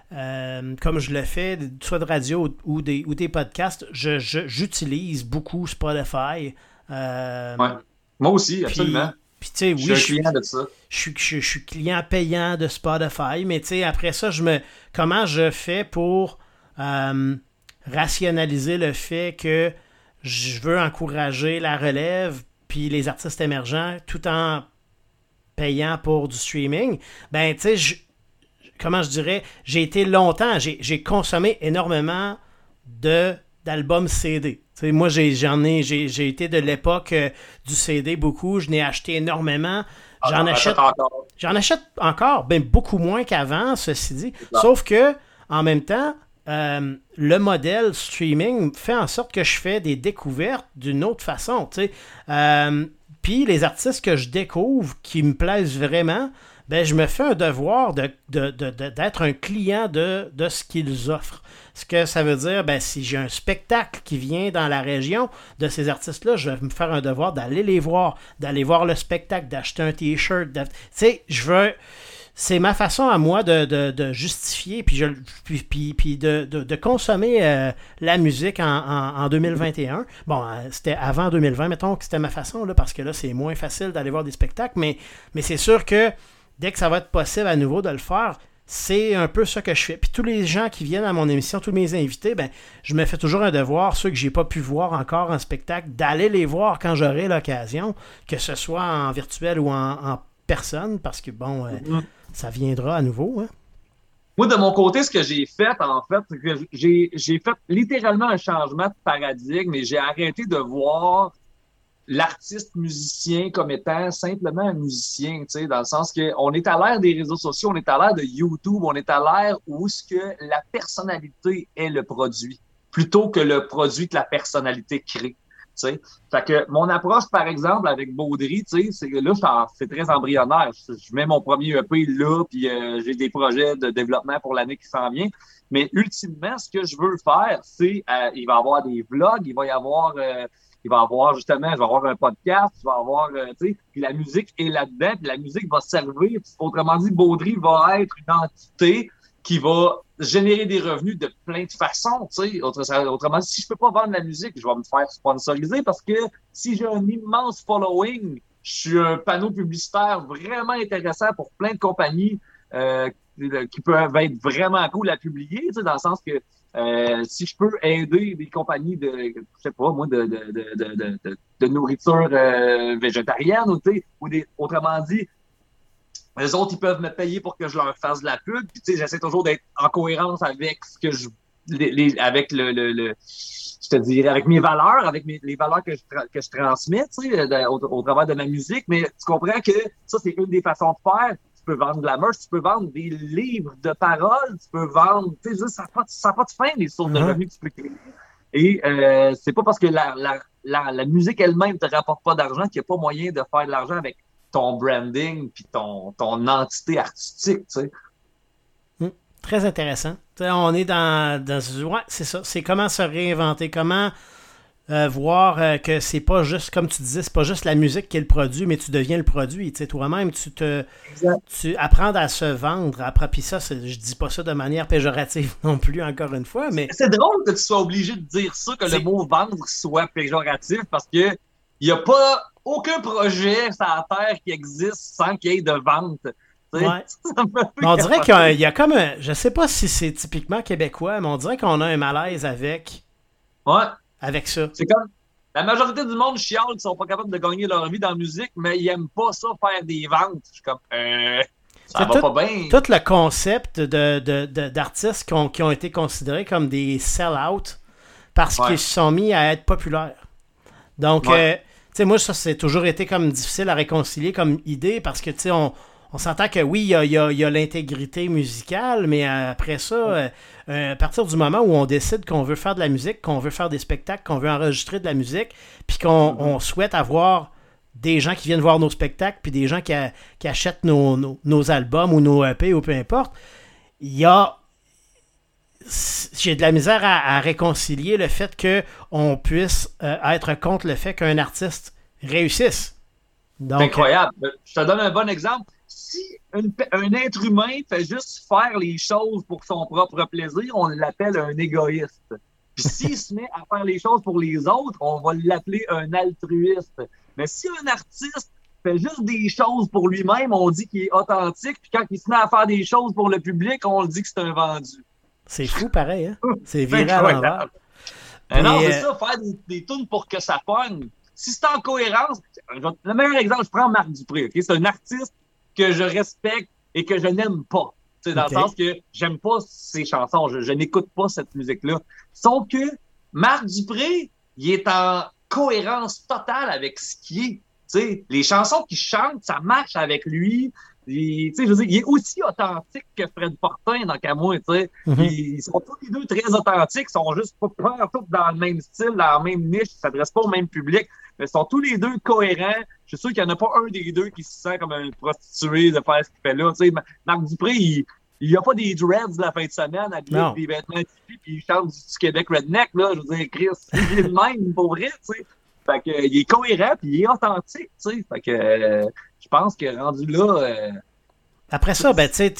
euh, comme je le fais, soit de radio ou des, ou des podcasts, je, je, j'utilise beaucoup Spotify. Euh, ouais. Moi aussi, absolument. Puis, tu sais, oui, je suis client de ça. Je suis, je, je suis client payant de Spotify, mais tu sais, après ça, je me, comment je fais pour euh, rationaliser le fait que je veux encourager la relève puis les artistes émergents tout en payant pour du streaming? Ben, tu sais, je, comment je dirais, j'ai été longtemps, j'ai, j'ai consommé énormément de, d'albums C D. T'sais, moi, j'ai, j'en ai, j'ai, j'ai été de l'époque euh, du C D beaucoup, je n'ai acheté énormément. J'en ah, achète encore. J'en achète encore, ben beaucoup moins qu'avant, ceci dit. Sauf que, en même temps, euh, le modèle streaming fait en sorte que je fais des découvertes d'une autre façon. Euh, Puis les artistes que je découvre qui me plaisent vraiment, ben je me fais un devoir de, de, de, de, d'être un client de, de ce qu'ils offrent. Ce que ça veut dire, ben si j'ai un spectacle qui vient dans la région de ces artistes-là, je vais me faire un devoir d'aller les voir, d'aller voir le spectacle, d'acheter un t-shirt. Tu sais, je veux... C'est ma façon à moi de, de, de justifier puis, je, puis, puis, puis de, de, de consommer euh, la musique en, en, en deux mille vingt et un. Bon, euh, c'était avant deux mille vingt, mettons que c'était ma façon, là, parce que là, c'est moins facile d'aller voir des spectacles, mais, mais c'est sûr que dès que ça va être possible à nouveau de le faire, c'est un peu ça que je fais. Puis tous les gens qui viennent à mon émission, tous mes invités, ben, je me fais toujours un devoir, ceux que j'ai pas pu voir encore en spectacle, d'aller les voir quand j'aurai l'occasion, que ce soit en virtuel ou en, en personne, parce que bon... Euh, mm-hmm. Ça viendra à nouveau, hein? Moi, de mon côté, ce que j'ai fait, en fait, c'est que j'ai, j'ai fait littéralement un changement de paradigme et j'ai arrêté de voir l'artiste musicien comme étant simplement un musicien, tu sais, dans le sens que on est à l'ère des réseaux sociaux, on est à l'ère de YouTube, on est à l'ère où ce que la personnalité est le produit, plutôt que le produit que la personnalité crée. T'sais. Fait que mon approche, par exemple, avec Baudry, c'est que là, c'est très embryonnaire. Je, je mets mon premier E P là, puis euh, j'ai des projets de développement pour l'année qui s'en vient. Mais ultimement, ce que je veux faire, c'est euh, il va y avoir des vlogs, il va y avoir euh, il va y avoir justement, je vais avoir un podcast, je vais avoir, euh, tu sais, puis la musique est là-dedans, puis la musique va servir. Autrement dit, Baudry va être une entité qui va générer des revenus de plein de façons, tu sais. Autrement, si je peux pas vendre la musique, je vais me faire sponsoriser parce que si j'ai un immense following, je suis un panneau publicitaire vraiment intéressant pour plein de compagnies euh, qui peuvent être vraiment cool à publier, tu sais, dans le sens que euh, si je peux aider des compagnies de, je sais pas moi, de, de, de, de, de, de nourriture euh, végétarienne, ou, tu sais, ou des, autrement dit, les autres, ils peuvent me payer pour que je leur fasse de la pub. Puis, tu sais, j'essaie toujours d'être en cohérence avec ce que je, les, les, avec le, le, le, je te dirais, avec mes valeurs, avec mes, les valeurs que je, que je transmets, tu sais, au, au travers de ma musique. Mais tu comprends que ça, c'est une des façons de faire. Tu peux vendre de la merch, tu peux vendre des livres de paroles, tu peux vendre, tu sais, ça n'a pas, ça n'a pas de fin, les sources de revenus que tu peux créer. Et euh, c'est pas parce que la, la, la, la musique elle-même te rapporte pas d'argent qu'il n'y a pas moyen de faire de l'argent avec ton branding puis ton, ton entité artistique, tu sais. Mmh, très intéressant. T'sais, on est dans, dans... Ouais, c'est ça. C'est comment se réinventer, comment euh, voir euh, que c'est pas juste, comme tu disais, c'est pas juste la musique qui est le produit, mais tu deviens le produit. Tu sais, toi-même, tu te... Exact. Tu apprends à se vendre. Après, puis ça, c'est, je dis pas ça de manière péjorative non plus, encore une fois, mais... C'est drôle que tu sois obligé de dire ça, que c'est... le mot « vendre » soit péjoratif, parce que il y a pas... aucun projet sur la Terre qui existe sans qu'il y ait de vente. Ouais. Mais on dirait qu'il y a, il y a comme un... Je sais pas si c'est typiquement québécois, mais on dirait qu'on a un malaise avec... Ouais. Avec ça. C'est comme... La majorité du monde chiale qui sont pas capables de gagner leur vie dans la musique, mais ils aiment pas ça faire des ventes. Je suis comme... Euh... Ça c'est va tout, pas bien. Tout le concept de, de, de, d'artistes qui ont, qui ont été considérés comme des sell-out parce ouais. qu'ils se sont mis à être populaires. Donc... Ouais. Euh, tu sais, moi, ça, c'est toujours été comme difficile à réconcilier comme idée parce que, tu sais, on, on s'entend que oui, il y a, y a, y a l'intégrité musicale, mais après ça, euh, euh, à partir du moment où on décide qu'on veut faire de la musique, qu'on veut faire des spectacles, qu'on veut enregistrer de la musique, puis qu'on mm-hmm. on souhaite avoir des gens qui viennent voir nos spectacles, puis des gens qui, a, qui achètent nos, nos, nos albums ou nos E P ou peu importe, il y a... J'ai de la misère à, à réconcilier le fait qu'on puisse euh, être contre le fait qu'un artiste réussisse. Donc, c'est incroyable. Je te donne un bon exemple. Si une, un être humain fait juste faire les choses pour son propre plaisir, on l'appelle un égoïste. Puis s'il se met à faire les choses pour les autres, on va l'appeler un altruiste. Mais si un artiste fait juste des choses pour lui-même, on dit qu'il est authentique. Puis quand il se met à faire des choses pour le public, on le dit que c'est un vendu. C'est fou pareil, hein? C'est viré à l'envers. Euh, non, c'est ça, faire des, des tunes pour que ça pogne. Si c'est en cohérence, le meilleur exemple, je prends Marc Dupré, okay? C'est un artiste que je respecte et que je n'aime pas. T'sais, dans okay. le sens que j'aime pas ses chansons, je, je n'écoute pas cette musique-là. Sauf que Marc Dupré, il est en cohérence totale avec ce qui est. T'sais, les chansons qu'il chante, ça marche avec lui. Il, je veux dire, il est aussi authentique que Fred Fortin, dans Camus. Mm-hmm. Ils sont tous les deux très authentiques, ils sont juste pas, pas tous dans le même style, dans la même niche, ils s'adressent pas au même public, mais ils sont tous les deux cohérents. Je suis sûr qu'il n'y en a pas un des deux qui se sent comme un prostitué de faire ce qu'il fait là. T'sais, Marc Dupré, il n'y a pas des dreads la fin de semaine, habillé avec des vêtements typiques, puis il chante du, du Québec redneck. Là, je veux dire, Chris, il est le même, pour vrai. T'sais. Fait que, euh, il est cohérent, puis il est authentique. T'sais. Fait que... Euh, je pense que rendu là... Euh... Après ça, ben, tu sais,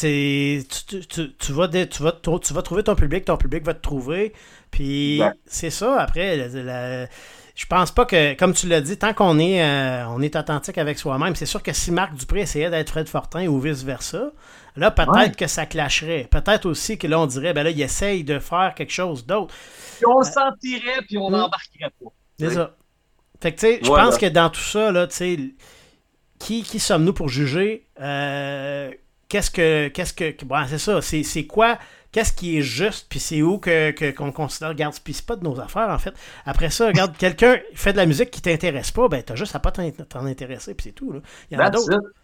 tu, tu, tu, vas de, tu, vas, tu vas trouver ton public, ton public va te trouver, puis ouais. c'est ça, après, la, la, je pense pas que, comme tu l'as dit, tant qu'on est, euh, on est authentique avec soi-même, c'est sûr que si Marc Dupré essayait d'être Fred Fortin ou vice-versa, là, peut-être ouais. que ça clasherait. Peut-être aussi que là, on dirait, ben là, il essaye de faire quelque chose d'autre. Puis on euh, sentirait, puis on n'embarquerait pas. C'est ouais. ça. Fait que, tu sais, je voilà. pense que dans tout ça, là, tu sais... Qui, qui sommes-nous pour juger euh, qu'est-ce que qu'est-ce que bon, c'est ça, c'est, c'est quoi, qu'est-ce qui est juste, puis c'est où que, que qu'on considère, regarde, puis c'est pas de nos affaires en fait. Après ça, regarde, quelqu'un fait de la musique qui t'intéresse pas, ben t'as juste à pas t'en intéresser, puis c'est tout là. Il y en a That's d'autres.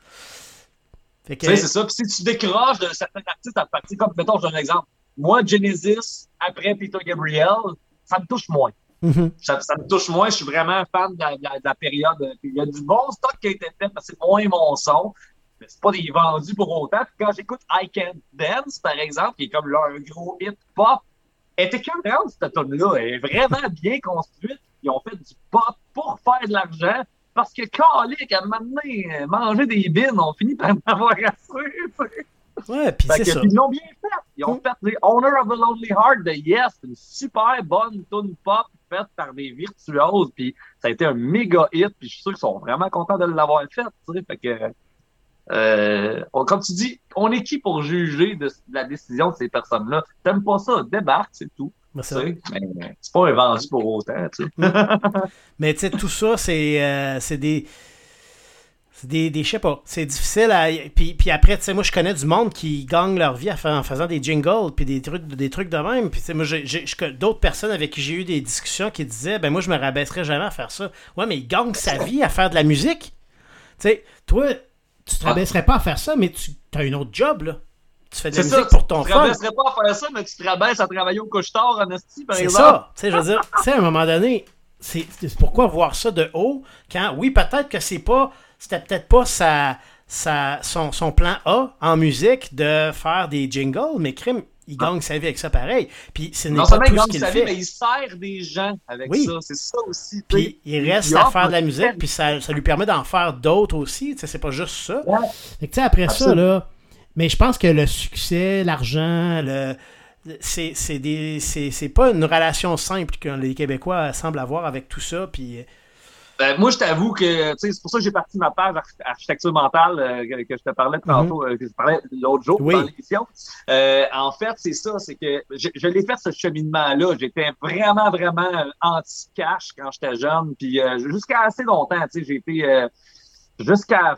Fait que, c'est ça. Puis si tu décroches de certains artistes à partir, comme mettons, je donne un exemple. Moi, Genesis, après Peter Gabriel, ça me touche moins. Mm-hmm. Ça, ça me touche moins. Je suis vraiment fan de la, de la, de la période. Il y a du bon stock qui a été fait parce que c'est moins mon son. Mais c'est pas des vendus pour autant. Puis quand j'écoute I Can't Dance, par exemple, qui est comme leur gros hit pop, elle était écœurante, cette tune-là. Elle est vraiment bien construite. Ils ont fait du pop pour faire de l'argent. Parce que, calique, à un moment donné, manger des bines, on finit par m'avoir rassuré. Ouais, puis c'est que, ça. Ils l'ont bien fait. Ils ont mm. fait The Owner of the Lonely Heart de Yes, une super bonne tune pop faite par des virtuoses, puis ça a été un méga hit, puis je suis sûr qu'ils sont vraiment contents de l'avoir fait, tu sais, fait que, euh, on, comme tu dis, on est qui pour juger de, de la décision de ces personnes-là? T'aimes pas ça, débarque, c'est tout. Ben, c'est, mais, mais c'est pas un vendu pour autant, tu sais. Mais tu sais, tout ça, c'est, euh, c'est des... C'est des, des je sais pas, c'est difficile à... Puis, puis après, tu sais, moi, je connais du monde qui gagne leur vie en faisant des jingles, puis des trucs, des trucs de même. Puis, tu sais, moi, j'ai, j'ai, j'ai d'autres personnes avec qui j'ai eu des discussions qui disaient, ben moi, je me rabaisserais jamais à faire ça. Ouais, mais ils gagnent sa vie à faire de la musique. Tu sais, toi, tu te rabaisserais pas à faire ça, mais tu as un autre job, là. Tu fais de la c'est musique ça, pour ton fun. Tu te rabaisserais pas à faire ça, mais tu te rabaisses à travailler au couche-tard en esti, par c'est exemple. C'est ça, tu sais, je veux dire, tu sais, à un moment donné, c'est, c'est pourquoi voir ça de haut, quand, oui, peut-être que c'est pas... C'était peut-être pas sa, sa, son, son plan A en musique de faire des jingles, mais crime, il gagne sa vie avec ça pareil. Puis ce n'est non pas tout ce qu'il fait. Vie, mais il sert des gens avec oui. ça. C'est ça aussi. Puis il reste il à faire de la musique, puis ça, ça lui permet d'en faire d'autres aussi. Tu sais, c'est pas juste ça. Ouais. Fait que, tu sais, après Absolument. ça, là, mais je pense que le succès, l'argent, le... C'est, c'est, des, c'est, c'est pas une relation simple que les Québécois semblent avoir avec tout ça. Puis... Ben, moi, je t'avoue que, tu sais, c'est pour ça que j'ai parti ma page architecture mentale euh, que, que je te parlais tantôt, mm-hmm. euh, que je parlais l'autre jour oui. dans l'émission. Euh, en fait, c'est ça, c'est que je, je l'ai fait ce cheminement-là. J'étais vraiment, vraiment anti-cash quand j'étais jeune, puis euh, jusqu'à assez longtemps, tu sais, j'ai été euh, jusqu'à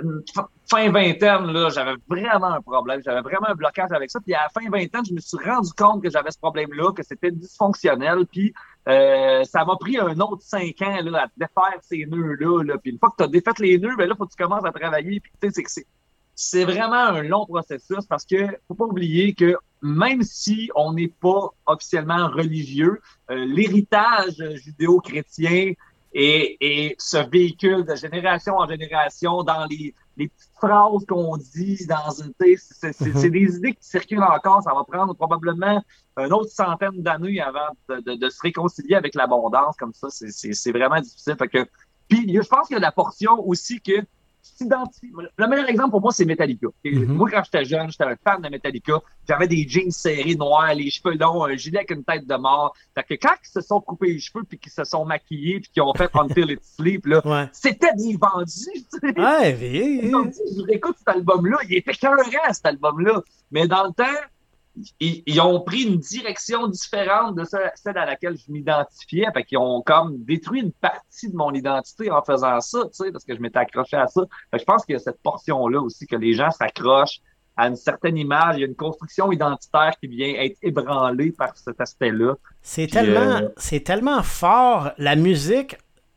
fin vingtaine, là, j'avais vraiment un problème, j'avais vraiment un blocage avec ça. Puis à la fin vingtaine, je me suis rendu compte que j'avais ce problème-là, que c'était dysfonctionnel. Puis euh, ça m'a pris un autre cinq ans là, à défaire ces nœuds-là. Là. Puis une fois que tu as défait les nœuds, ben là, faut que tu commences à travailler. Puis tu sais, c'est que c'est, c'est vraiment un long processus parce que faut pas oublier que même si on n'est pas officiellement religieux, euh, l'héritage judéo-chrétien et, et se véhicule de génération en génération dans les, les petites phrases qu'on dit dans une, c'est, c'est, c'est, c'est des idées qui circulent encore. Ça va prendre probablement une autre centaine d'années avant de, de, de se réconcilier avec l'abondance comme ça. C'est, c'est, c'est vraiment difficile. Fait que, puis, je pense qu'il y a la portion aussi que s'identifie. Le meilleur exemple pour moi, c'est Metallica. Mm-hmm. Moi, quand j'étais jeune, j'étais un fan de Metallica. J'avais des jeans serrés noirs, les cheveux longs, un gilet avec une tête de mort. Fait que quand ils se sont coupés les cheveux, puis qu'ils se sont maquillés, puis qu'ils ont fait Until It Sleep, là, ouais. C'était des vendus. Ouais, oui. Je réécoute cet album-là. Il était écœurant, cet album-là. Mais dans le temps, Ils, ils ont pris une direction différente de celle à laquelle je m'identifiais. Fait qu'ils ont comme détruit une partie de mon identité en faisant ça, tu sais, parce que je m'étais accroché à ça. Fait que je pense qu'il y a cette portion-là aussi, que les gens s'accrochent à une certaine image. Il y a une construction identitaire qui vient être ébranlée par cet aspect-là. C'est Puis, tellement, euh... c'est tellement fort. La musique...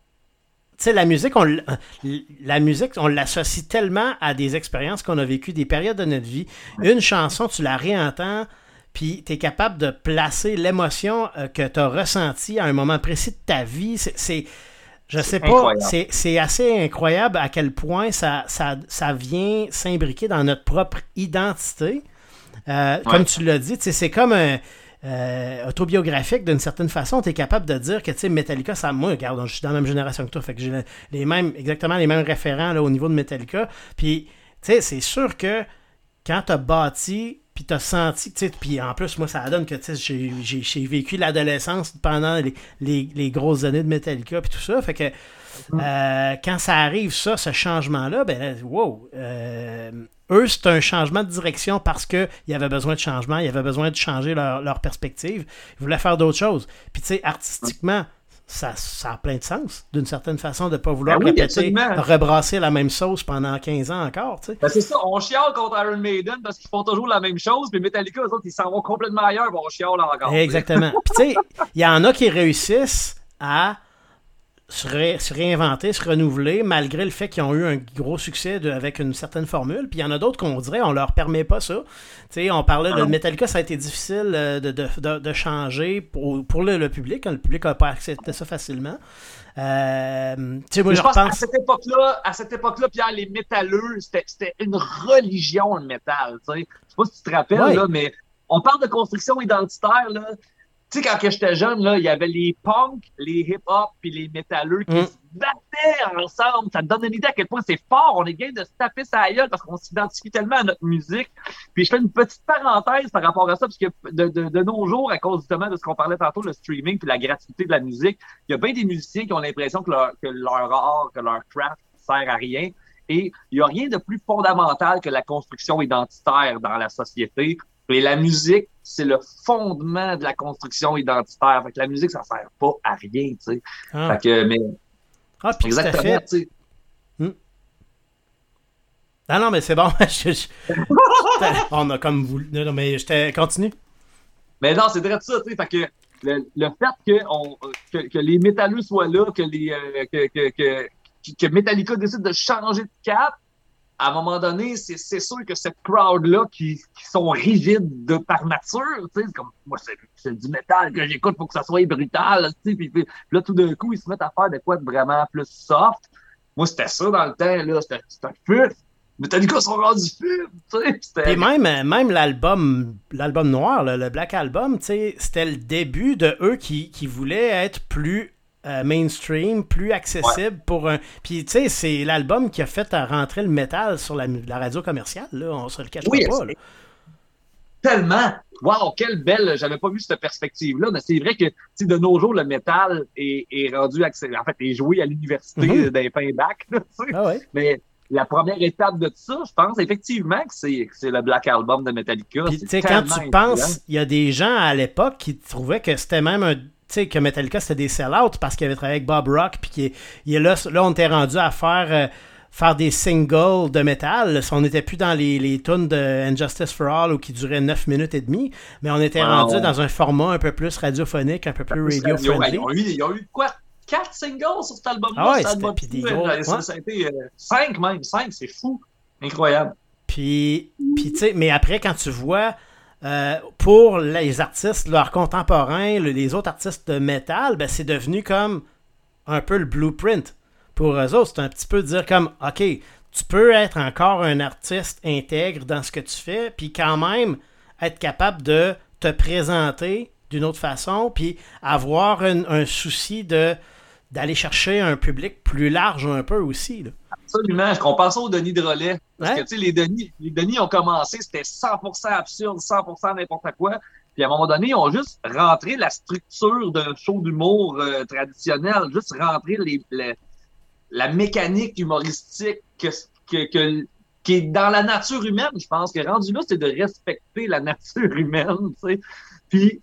Tu sais, la musique, on, la musique, on l'associe tellement à des expériences qu'on a vécues, des périodes de notre vie. Une chanson, tu la réentends, puis tu es capable de placer l'émotion que tu as ressentie à un moment précis de ta vie. C'est, c'est je sais pas, c'est, c'est assez incroyable à quel point ça, ça, ça vient s'imbriquer dans notre propre identité. Euh, ouais. Comme tu l'as dit, c'est comme un... Euh, autobiographique d'une certaine façon, tu es capable de dire que tu sais Metallica, ça, moi regarde, je suis dans la même génération que toi, fait que j'ai les mêmes, exactement les mêmes référents là, au niveau de Metallica, puis tu sais c'est sûr que quand tu as bâti puis tu as senti, tu sais, puis en plus moi ça donne que tu sais j'ai, j'ai, j'ai vécu l'adolescence pendant les, les, les grosses années de Metallica puis tout ça, fait que euh, quand ça arrive ça, ce changement là, ben wow, euh, eux, c'est un changement de direction parce qu'il y avait besoin de changement, il y avait besoin de changer leur, leur perspective. Ils voulaient faire d'autres choses. Puis, tu sais, artistiquement, ça, ça a plein de sens, d'une certaine façon, de ne pas vouloir ben oui, répéter, absolument. Rebrasser la même sauce pendant quinze ans encore, tu sais. Ben c'est ça, on chiale contre Iron Maiden parce qu'ils font toujours la même chose, mais Metallica, eux autres, ils s'en vont complètement ailleurs, bon, on chiale encore. Exactement. Puis, tu sais, il y en a qui réussissent à... Se, ré, se réinventer, se renouveler, malgré le fait qu'ils ont eu un gros succès de, avec une certaine formule. Puis il y en a d'autres qu'on dirait, on leur permet pas ça. Tu sais, on parlait de Metallica, ça a été difficile de, de, de, de changer pour, pour le, le public. Le public n'a pas accepté ça facilement. Euh, tu sais, moi, je, je pense repense... à cette époque-là, à cette époque-là, Pierre, les métalleux, c'était, c'était une religion, le métal. Tu sais, je sais pas si tu te rappelles, ouais. là, mais on parle de construction identitaire, là. Tu sais, quand que j'étais jeune, là, il y avait les punks, les hip-hop puis les métalleux qui mm. se battaient ensemble. Ça te donne une idée à quel point c'est fort. On est bien de se taper sa gueule parce qu'on s'identifie tellement à notre musique. Puis je fais une petite parenthèse par rapport à ça, parce que de, de, de nos jours, à cause justement de ce qu'on parlait tantôt, le streaming puis la gratuité de la musique, il y a bien des musiciens qui ont l'impression que leur, que leur art, que leur craft sert à rien. Et il n'y a rien de plus fondamental que la construction identitaire dans la société. Et la musique, c'est le fondement de la construction identitaire. Fait que la musique, ça sert pas à rien, tu sais. Ah. Fait que, mais... Ah, puis exactement, tu sais. Hmm. Ah non, mais c'est bon. je, je... On a comme voulu... Non, non, mais je te continue. Mais non, c'est vrai de ça, tu sais. Fait que le, le fait que, on, que, que les métalleux soient là, que, les, euh, que, que, que, que Metallica décide de changer de cap, à un moment donné, c'est, c'est sûr que cette crowd-là qui, qui sont rigides de par nature, tu sais, c'est comme, moi, c'est, c'est du métal que j'écoute pour que ça soit brutal, tu sais, puis, puis là, tout d'un coup, ils se mettent à faire de quoi de vraiment plus soft. Moi, c'était ça dans le temps, là, c'était, c'était un fuf. Metallica sont rendus fuf, tu sais. C'était... Et même, même l'album, l'album noir, là, le Black Album, tu sais, c'était le début de eux qui, qui voulaient être plus... Euh, mainstream, plus accessible ouais. pour un... Puis, tu sais, c'est l'album qui a fait rentrer le métal sur la, la radio commerciale, là. On se le cache oui, pas, là. Tellement! Wow, quelle belle... J'avais pas vu cette perspective-là, mais c'est vrai que, tu sais, de nos jours, le métal est, est rendu accessible. En fait, est joué à l'université mm-hmm. d'un pain bac, là, tu sais. Ah ouais. Mais la première étape de ça, je pense effectivement que c'est, que c'est le Black Album de Metallica. Puis, tu sais, quand tu penses, il y a des gens à l'époque qui trouvaient que c'était même un... Tu sais, que Metallica, c'était des sell-outs parce qu'il avait travaillé avec Bob Rock, puis qu'il il est là, là, on était rendu à faire, euh, faire des singles de métal. On n'était plus dans les, les tunes de Injustice for All, où qui duraient neuf minutes et demie, mais on était wow. rendu dans un format un peu plus radiophonique, un peu plus radio-friendly. Ils ont eu, ils ont eu quoi? Quatre singles sur cet album-là? Ah ouais, ça c'était puis des gros... Ça, ça a été euh, cinq même, cinq, c'est fou. Incroyable. Puis, puis tu sais, mais après, quand tu vois... Euh, pour les artistes, leurs contemporains, les autres artistes de métal, ben, c'est devenu comme un peu le blueprint. Pour eux autres, c'est un petit peu de dire comme, OK, tu peux être encore un artiste intègre dans ce que tu fais, puis quand même être capable de te présenter d'une autre façon, puis avoir un, un souci de d'aller chercher un public plus large un peu aussi. Là. Absolument. On pense au Denis Drolet. Parce ouais? que, tu sais, les Denis, les Denis ont commencé, c'était cent pour cent absurde, cent pour cent n'importe quoi. Puis à un moment donné, ils ont juste rentré la structure d'un show d'humour euh, traditionnel, juste rentré les, les, la mécanique humoristique que, que, que, qui est dans la nature humaine, je pense. Que rendu là, c'est de respecter la nature humaine, tu sais. Puis,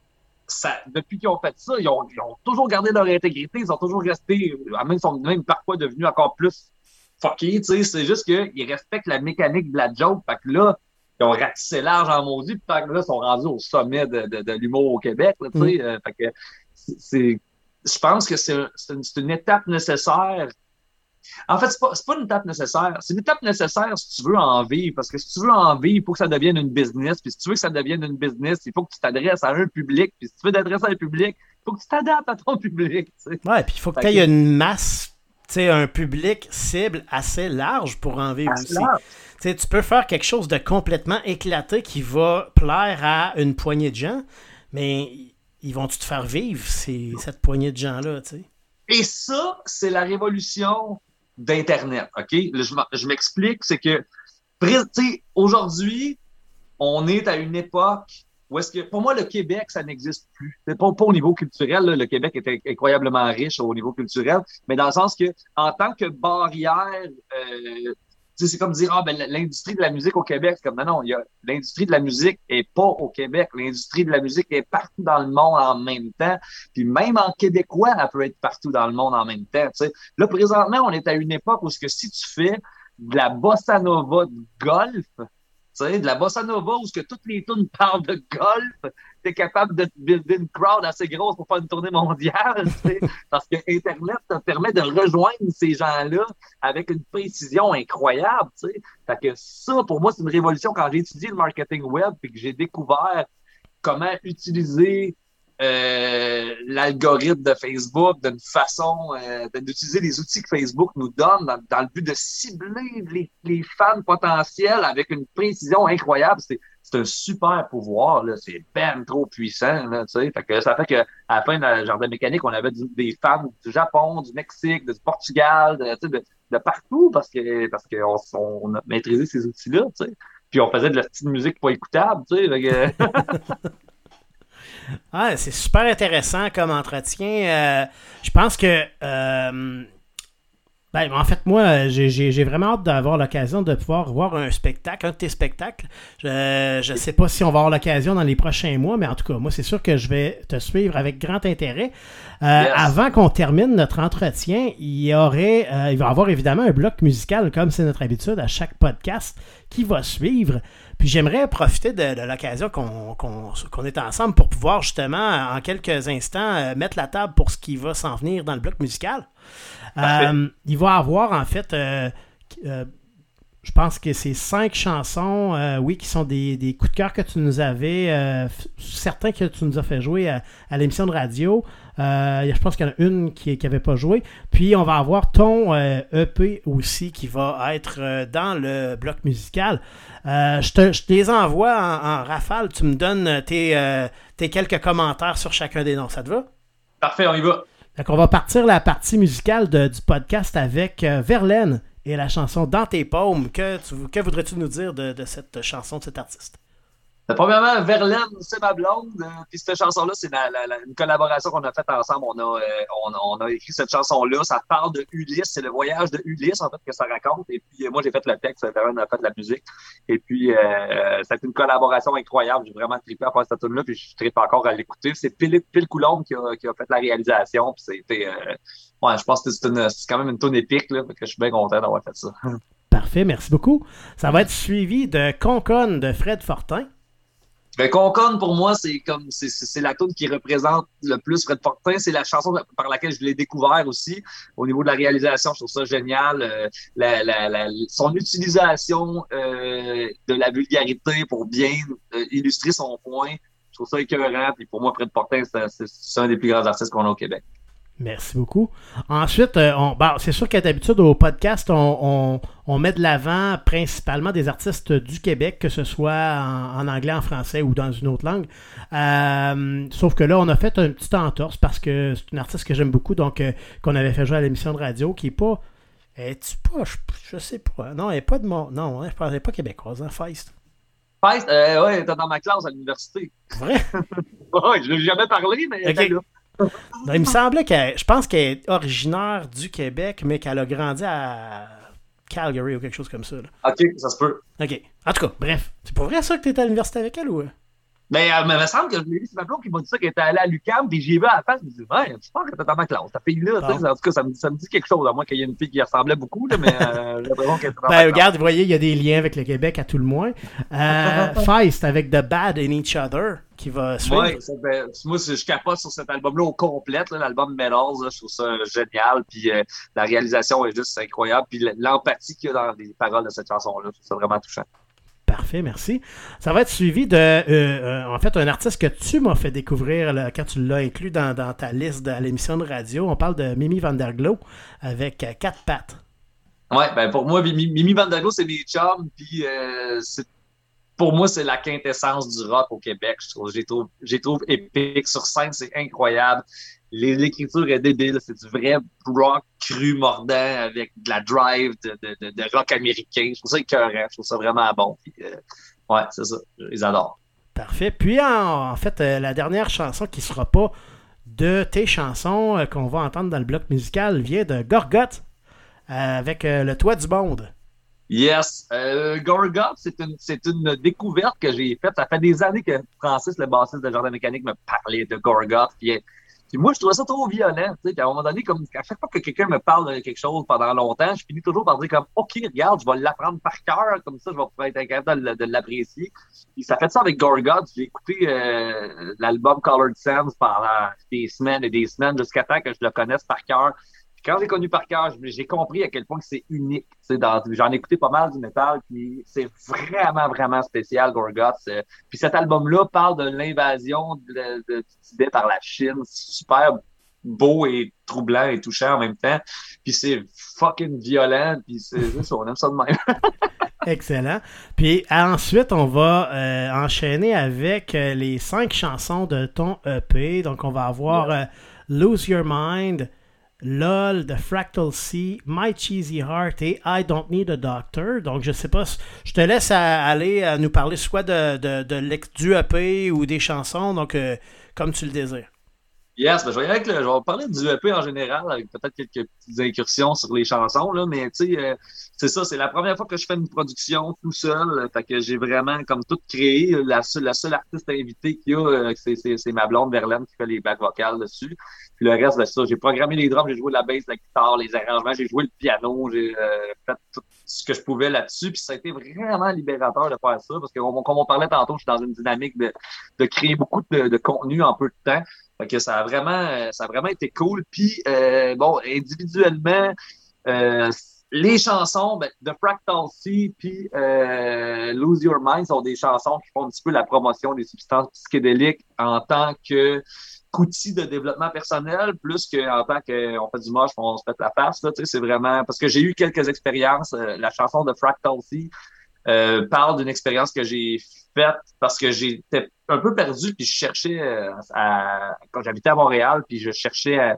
ça, depuis qu'ils ont fait ça, ils ont, ils ont toujours gardé leur intégrité, ils ont toujours resté, même ils sont même parfois devenus encore plus fuckés, tu sais, c'est juste qu'ils respectent la mécanique de la joke, fait que là, ils ont ratissé large en maudit, puis là, ils sont rendus au sommet de, de, de l'humour au Québec, là, tu sais, mm. euh, fait que c'est, je pense que c'est, c'est, une, c'est une étape nécessaire. En fait, c'est pas, c'est pas une étape nécessaire. C'est une étape nécessaire si tu veux en vivre. Parce que si tu veux en vivre, il faut que ça devienne une business. Puis si tu veux que ça devienne une business, il faut que tu t'adresses à un public. Puis si tu veux t'adresser à un public, il faut que tu t'adaptes à ton public. T'sais. Ouais, puis il faut que tu aies une masse, tu sais, un public cible assez large pour en vivre assez aussi. Tu sais, tu peux faire quelque chose de complètement éclaté qui va plaire à une poignée de gens, mais ils vont-tu te faire vivre, ces, cette poignée de gens-là, tu sais? Et ça, c'est la révolution d'Internet, OK? Là, je, je m'explique, c'est que, tu sais, aujourd'hui, on est à une époque où est-ce que, pour moi, le Québec, ça n'existe plus. C'est pas, pas au niveau culturel, là, le Québec est incroyablement riche au niveau culturel, mais dans le sens que, en tant que barrière, euh, c'est comme dire, ah, ben, l'industrie de la musique au Québec, c'est comme, non, non, il y a, l'industrie de la musique est pas au Québec. L'industrie de la musique est partout dans le monde en même temps. Puis même en québécois, elle peut être partout dans le monde en même temps, tu sais. Là, présentement, on est à une époque où ce que si tu fais de la bossa nova de golf, tu sais, de la bossa nova où ce que toutes les tunes parlent de golf, t'es capable de builder une crowd assez grosse pour faire une tournée mondiale, tu sais, parce que Internet te permet de rejoindre ces gens-là avec une précision incroyable, tu sais. Fait que ça, pour moi, c'est une révolution quand j'ai étudié le marketing web et que j'ai découvert comment utiliser euh, l'algorithme de Facebook d'une façon euh, d'utiliser les outils que Facebook nous donne dans, dans le but de cibler les, les fans potentiels avec une précision incroyable. C'est, c'est un super pouvoir, là. C'est ben trop puissant, là, tu sais. Fait que ça fait que à la fin de la Jardin mécanique, on avait du, des fans du Japon, du Mexique, du Portugal, de, de, de partout parce que parce qu'on on a maîtrisé ces outils-là, tu sais. Puis on faisait de la petite musique pas écoutable, tu sais. Fait que... Ah, c'est super intéressant comme entretien. Euh, je pense que... Euh, ben, en fait, moi, j'ai, j'ai, j'ai vraiment hâte d'avoir l'occasion de pouvoir voir un spectacle, un de tes spectacles. Je ne sais pas si on va avoir l'occasion dans les prochains mois, mais en tout cas, moi, c'est sûr que je vais te suivre avec grand intérêt. Euh, yes. Avant qu'on termine notre entretien, il y aurait, euh, il va y avoir évidemment un bloc musical, comme c'est notre habitude à chaque podcast, qui va suivre. Puis j'aimerais profiter de, de l'occasion qu'on, qu'on, qu'on est ensemble pour pouvoir justement, en quelques instants, euh, mettre la table pour ce qui va s'en venir dans le bloc musical. Euh, il va avoir en fait, euh, euh, je pense que c'est cinq chansons, euh, oui, qui sont des, des coups de cœur que tu nous avais, euh, certains que tu nous as fait jouer à, à l'émission de radio. Euh, je pense qu'il y en a une qui n'avait pas joué. Puis on va avoir ton euh, E P aussi qui va être euh, dans le bloc musical. Euh, je, te, je te les envoie en, en rafale. Tu me donnes tes, euh, tes quelques commentaires sur chacun des noms. Ça te va? Parfait, on y va. Donc on va partir la partie musicale de, du podcast avec euh, Verlaine et la chanson Dans tes paumes. Que, tu, que voudrais-tu nous dire de, de cette chanson, de cet artiste? Premièrement, Verlaine, c'est ma blonde. Euh, puis cette chanson-là, c'est la, la, la, une collaboration qu'on a faite ensemble. On a, euh, on, on a écrit cette chanson-là. Ça parle de Ulysse. C'est le voyage de Ulysse, en fait, que ça raconte. Et puis, euh, moi, j'ai fait le texte. Verlaine a fait la musique. Et puis, euh, ça a été une collaboration incroyable. J'ai vraiment trippé à faire cette tune-là. Puis, je trippe encore à l'écouter. C'est Philippe Phil Coulombe qui a, qui a fait la réalisation. Puis, c'était... Euh, ouais, je pense que c'est, une, c'est quand même une tune épique, là. Fait que je suis bien content d'avoir fait ça. Parfait. Merci beaucoup. Ça va être suivi de Conconne de Fred Fortin. Ben, Conconne, pour moi, c'est comme c'est, c'est, c'est la tune qui représente le plus Fred Fortin. C'est la chanson par laquelle je l'ai découvert aussi. Au niveau de la réalisation, je trouve ça génial. Euh, la, la, la, son utilisation euh, de la vulgarité pour bien euh, illustrer son point, je trouve ça écœurant. Puis pour moi, Fred Fortin, c'est, c'est, c'est un des plus grands artistes qu'on a au Québec. Merci beaucoup. Ensuite, euh, on, bon, c'est sûr qu'à d'habitude, au podcast, on, on, on met de l'avant principalement des artistes du Québec, que ce soit en, en anglais, en français ou dans une autre langue. Euh, sauf que là, on a fait un petit entorse parce que c'est une artiste que j'aime beaucoup, donc euh, qu'on avait fait jouer à l'émission de radio, qui est pas... Es-tu pas... Je, je sais pas. Non, elle n'est pas de mon... Non, je pense qu'elle n'est pas québécoise, hein, Feist. Feist, euh, ouais, elle était dans ma classe à l'université. Vrai? Ouais, je ne lui ai jamais parlé, mais elle okay. était là. Non, il me semblait qu'elle... Je pense qu'elle est originaire du Québec, mais qu'elle a grandi à Calgary ou quelque chose comme ça. Là. OK, ça se peut. OK. En tout cas, bref. C'est pour vrai ça que tu étais à l'université avec elle ou... Mais euh, il me semble que je l'ai vu, c'est ma blonde qui m'a dit ça, qu'elle était allée à l'U Q A M, puis j'ai vu à la face, je me dis, ouais, je pense que t'étais dans ma classe, ta fille-là, bon. En tout cas, ça me, ça me dit quelque chose, à moins qu'il y ait une fille qui ressemblait beaucoup, là, mais euh, j'ai l'impression qu'elle était dans ben, ma classe. Regarde, vous voyez, il y a des liens avec le Québec à tout le moins. Euh, Feist avec The Bad in Each Other, qui va suivre. Ouais, ça, ben, moi, je capote sur cet album-là au complet, là, l'album Medals, là, je trouve ça génial, puis euh, la réalisation est juste incroyable, puis l'empathie qu'il y a dans les paroles de cette chanson-là, je trouve ça vraiment touchant. Parfait, merci. Ça va être suivi de, euh, euh, en fait, un artiste que tu m'as fait découvrir là, quand tu l'as inclus dans, dans ta liste de l'émission de radio. On parle de Mimi Vanderglow avec euh, Quatre Pattes. Ouais, ben pour moi, Mimi, Mimi Vanderglow, c'est mes chums, puis euh, c'est, pour moi, c'est la quintessence du rock au Québec. Je trouve, j'ai trouve, j'ai trouve épique. Sur scène, c'est incroyable. Les, l'écriture est débile. C'est du vrai rock cru, mordant, avec de la drive de, de, de, de rock américain. Je trouve ça écœurant. Je trouve ça vraiment bon. Puis, euh, ouais, c'est ça. Je les adore. Parfait. Puis, en, en fait, euh, la dernière chanson qui sera pas de tes chansons euh, qu'on va entendre dans le bloc musical vient de Gorgoth euh, avec euh, Le Toit du Monde. Yes. Euh, Gorgoth, c'est une, c'est une découverte que j'ai faite. Ça fait des années que Francis, le bassiste de Jardin Mécanique, me parlait de Gorgoth. Puis, puis moi, je trouvais ça trop violent. Tu sais. Puis à un moment donné, comme à chaque fois que quelqu'un me parle de quelque chose pendant longtemps, je finis toujours par dire comme OK, regarde, je vais l'apprendre par cœur, comme ça, je vais pouvoir être capable de, de l'apprécier. Puis ça fait ça avec Gorgoth. J'ai écouté euh, l'album Colored Sands pendant des semaines et des semaines jusqu'à temps que je le connaisse par cœur. Quand j'ai connu par cœur, j'ai compris à quel point c'est unique. Dans, j'en ai écouté pas mal du métal, puis c'est vraiment, vraiment spécial, Gorgoth. Puis cet album-là parle de l'invasion de, de, du Tibet par la Chine. C'est super beau et troublant et touchant en même temps. Puis c'est fucking violent, puis c'est juste, on aime ça de même. Excellent. Puis ensuite, on va euh, enchaîner avec euh, les cinq chansons de ton E P. Donc, on va avoir yeah. euh, Lose Your Mind, LOL, The Fractal Sea, My Cheesy Heart et I Don't Need a Doctor. Donc, je sais pas, je te laisse à aller à nous parler soit de, de, de, de du E P ou des chansons, donc euh, comme tu le désires. Yes, ben je vais y aller avec le, je vais parler du E P en général, avec peut-être quelques petites incursions sur les chansons, là, mais tu sais, euh, c'est ça, c'est la première fois que je fais une production tout seul, fait que j'ai vraiment comme tout créé. La seule, la seule artiste invitée qu'il y a, euh, c'est, c'est, c'est ma blonde Verlaine qui fait les backs vocales dessus. Puis le reste, ben ça, j'ai programmé les drums, j'ai joué la bass, la guitare, les arrangements, j'ai joué le piano, j'ai euh, fait tout ce que je pouvais là-dessus, puis ça a été vraiment libérateur de faire ça, parce que comme on parlait tantôt, je suis dans une dynamique de, de créer beaucoup de, de contenu en peu de temps. Fait que ça a vraiment, ça a vraiment été cool. Puis, euh, bon, individuellement, euh, les chansons, ben, The Fractal Sea puis euh, Lose Your Mind sont des chansons qui font un petit peu la promotion des substances psychédéliques en tant que qu'outil de développement personnel, plus qu'en tant qu'on fait du moche, on se pète la face. Là, tu sais, c'est vraiment parce que j'ai eu quelques expériences. Euh, la chanson de Fractal Sea Euh, parle d'une expérience que j'ai faite parce que j'étais un peu perdu puis je cherchais euh, à, quand j'habitais à Montréal puis je cherchais à,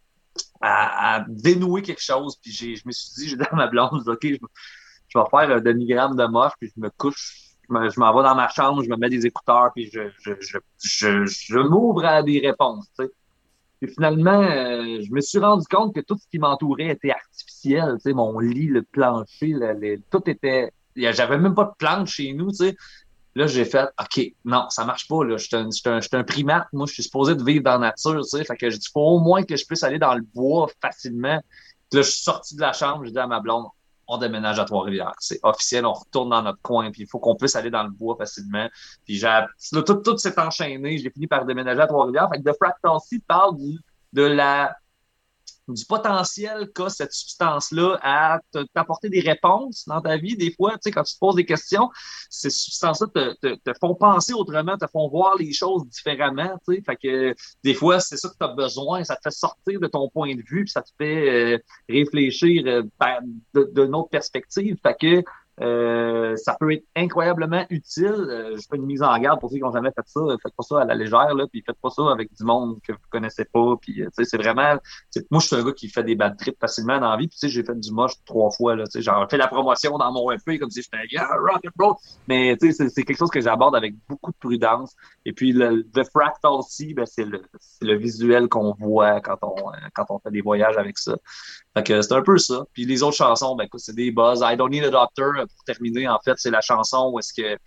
à, à dénouer quelque chose puis j'ai, je me suis dit, j'ai dit à ma blonde, je dis, OK, je, je vais faire un demi-gramme de moche puis je me couche, je, me, je m'en vais dans ma chambre, je me mets des écouteurs puis je, je, je, je, je m'ouvre à des réponses, tu sais. Et finalement, euh, je me suis rendu compte que tout ce qui m'entourait était artificiel, tu sais, mon lit, le plancher, le, le, tout était j'avais même pas de plantes chez nous, tu sais. Là, j'ai fait, OK, non, ça marche pas, là. Je suis un, je suis un, je suis un primate. Moi, je suis supposé de vivre dans la nature, tu sais. Fait que j'ai dit, faut au moins que je puisse aller dans le bois facilement. Puis là, je suis sorti de la chambre, j'ai dit à ma blonde, on déménage à Trois-Rivières. C'est officiel, on retourne dans notre coin, puis il faut qu'on puisse aller dans le bois facilement. Puis j'ai, là, tout, tout s'est enchaîné. J'ai fini par déménager à Trois-Rivières. Fait que The Fractal Sea parle du, de la, du potentiel qu'a cette substance-là à te, t'apporter des réponses dans ta vie. Des fois, tu sais, quand tu te poses des questions, ces substances-là te, te, te font penser autrement, te font voir les choses différemment, tu sais. Fait que des fois, c'est ça que tu as besoin. Ça te fait sortir de ton point de vue, puis ça te fait euh, réfléchir euh, ben, de, d'une autre perspective. Fait que Euh, ça peut être incroyablement utile. Euh, je fais une mise en garde pour ceux qui n'ont jamais fait ça. Faites pas ça à la légère, là, puis faites pas ça avec du monde que vous connaissez pas. Puis, tu sais, c'est vraiment. Moi, je suis un gars qui fait des bad trips facilement dans la vie. Puis, tu sais, j'ai fait du moche trois fois. Là, tu sais, genre, fait la promotion dans mon E P comme si j'étais un gars rock and roll. Mais tu sais, c'est, c'est quelque chose que j'aborde avec beaucoup de prudence. Et puis, le, le fractal C, ben, c'est le, c'est le visuel qu'on voit quand on quand on fait des voyages avec ça. Fait que c'est un peu ça. Puis les autres chansons, ben écoute, c'est des buzz. I Don't Need a Doctor, pour terminer, en fait, c'est la chanson où est-ce que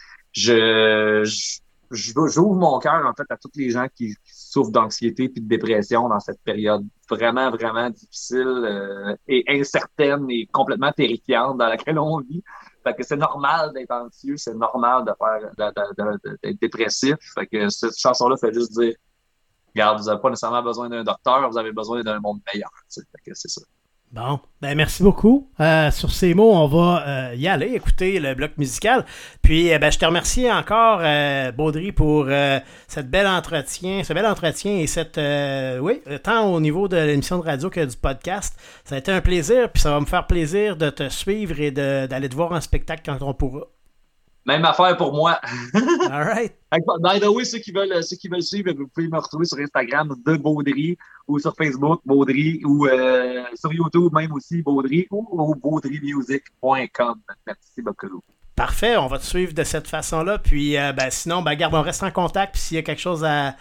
je, je, j'ouvre mon cœur, en fait, à tous les gens qui, qui souffrent d'anxiété puis de dépression dans cette période vraiment, vraiment difficile euh, et incertaine et complètement terrifiante dans laquelle on vit. Fait que c'est normal d'être anxieux, c'est normal de faire de, de, de, d'être dépressif. Fait que cette chanson-là fait juste dire regarde, vous n'avez pas nécessairement besoin d'un docteur, vous avez besoin d'un monde meilleur. Fait que c'est ça. Bon, ben merci beaucoup. Euh, sur ces mots, on va euh, y aller, écouter le bloc musical. Puis, euh, ben, je te remercie encore, euh, Baudry, pour euh, cette belle entretien, ce bel entretien et cette, euh, oui, tant au niveau de l'émission de radio que du podcast. Ça a été un plaisir, puis ça va me faire plaisir de te suivre et de, d'aller te voir en spectacle quand on pourra. Même affaire pour moi. All right. By the way, ceux qui veulent, ceux qui veulent suivre, vous pouvez me retrouver sur Instagram de Baudry ou sur Facebook Baudry ou euh, sur YouTube même aussi Baudry ou au baudry music point com. Merci beaucoup. Parfait, on va te suivre de cette façon-là. Puis euh, ben, sinon, ben, garde, on reste en contact. Puis s'il y a quelque chose à.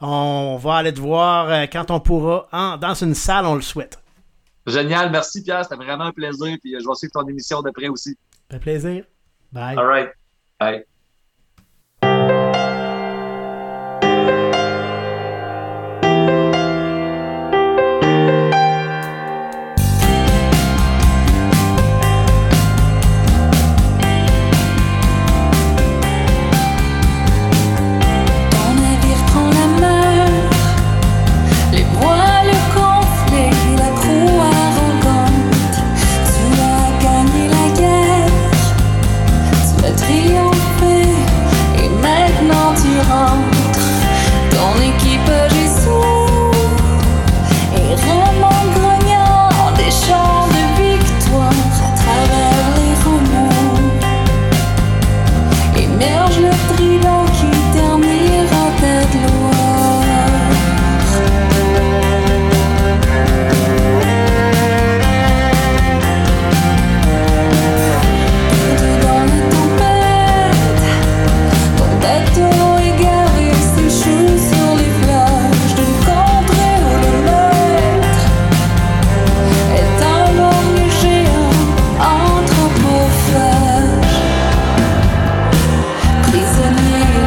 On va aller te voir euh, quand on pourra en, dans une salle, on le souhaite. Génial, merci Pierre, c'était vraiment un plaisir. Puis je vais suivre ton émission de près aussi. Ça fait plaisir. Bye. All right. Bye. Prisonnier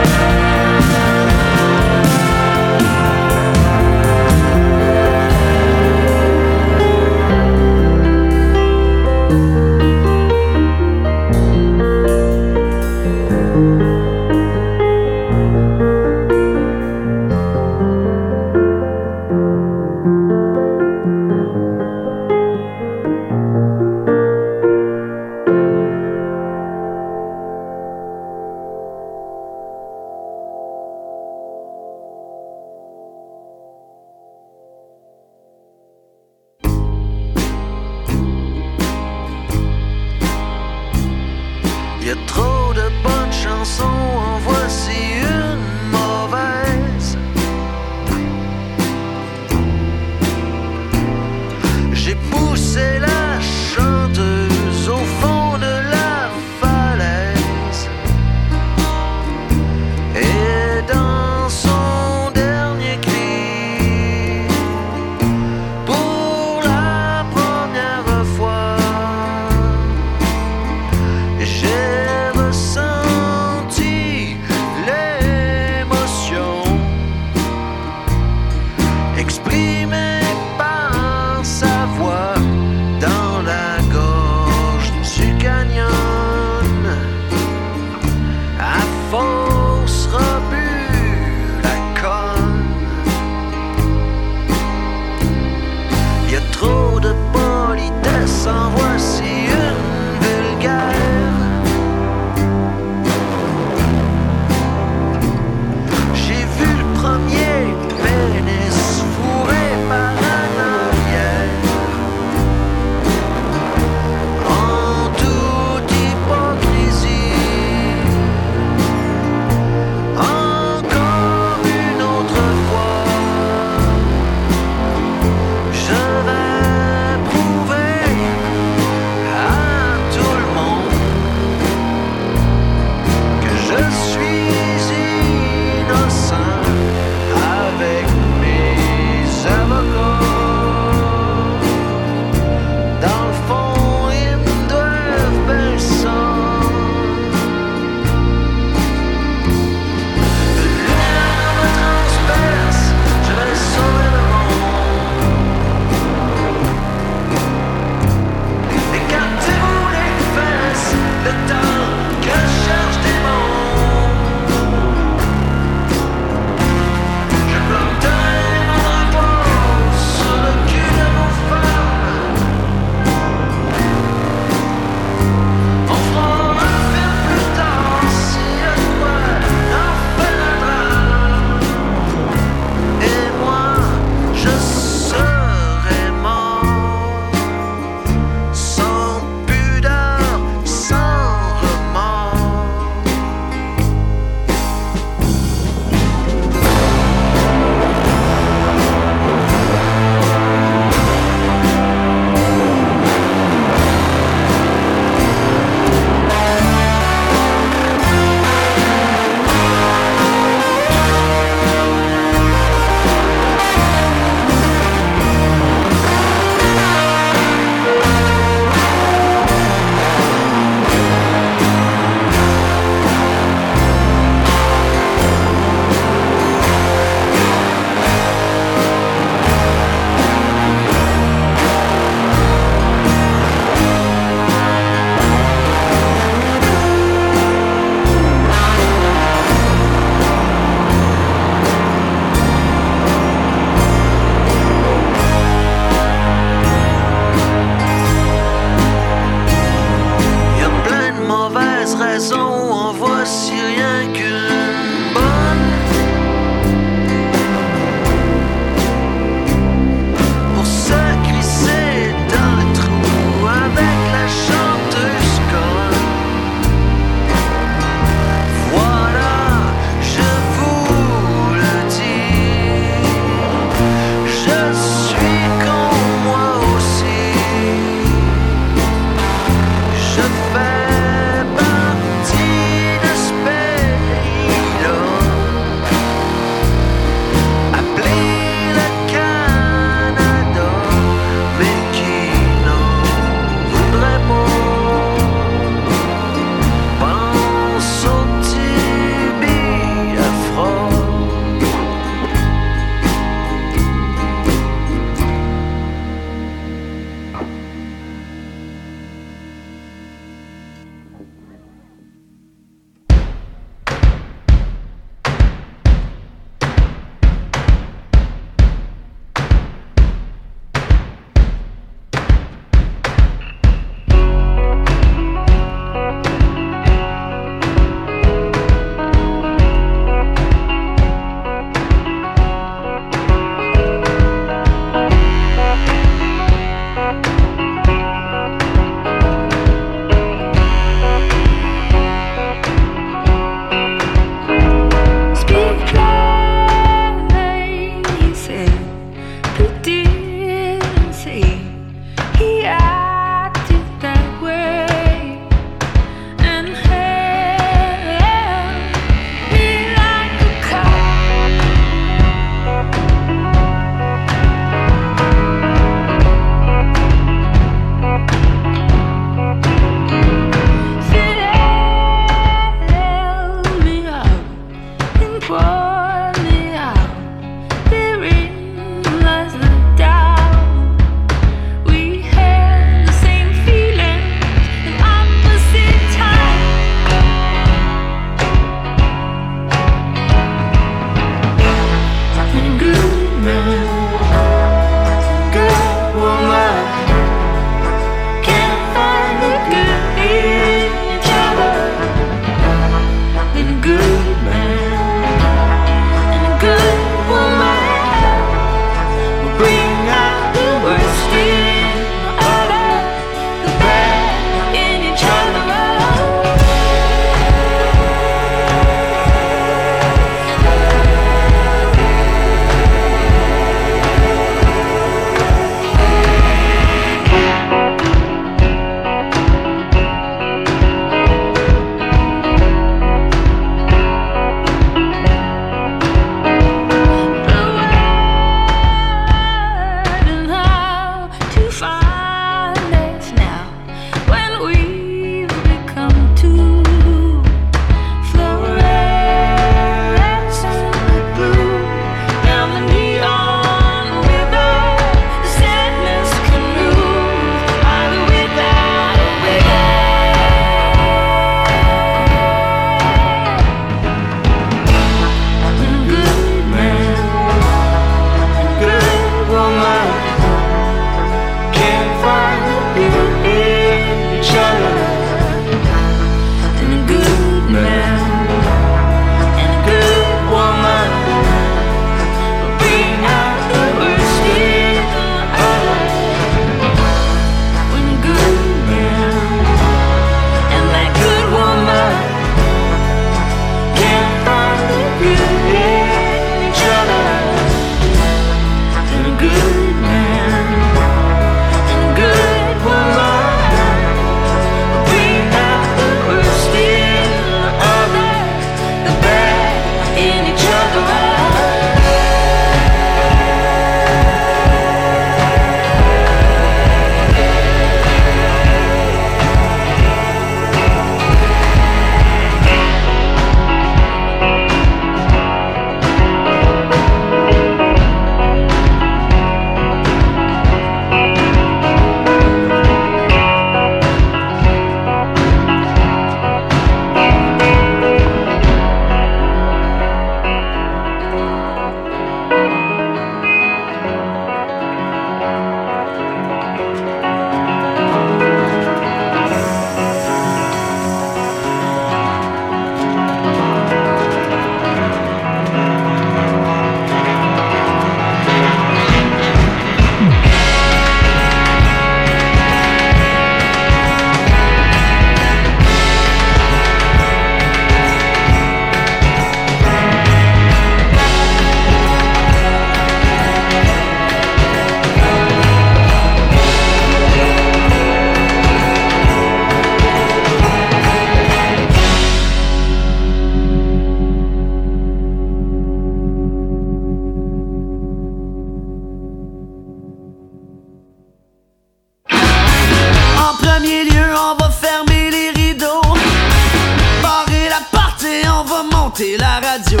écouter la radio.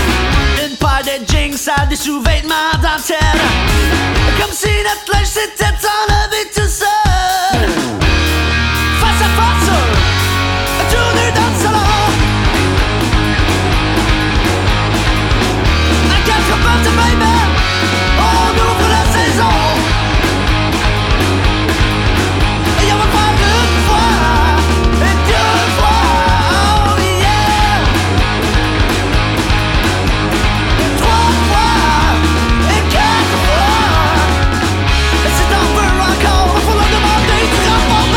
Une paire de jeans sales, des sous-vêtements dentelle. Comme si notre linge s'était enlevé tout seul. Face à face, tourner dans le salon. À quatre portes de baby, on ouvre la saison. Et on va faire une fois, et deux fois, oh yeah. Trois fois, et quatre fois. Et si t'en veux encore, faut leur demander du rapport.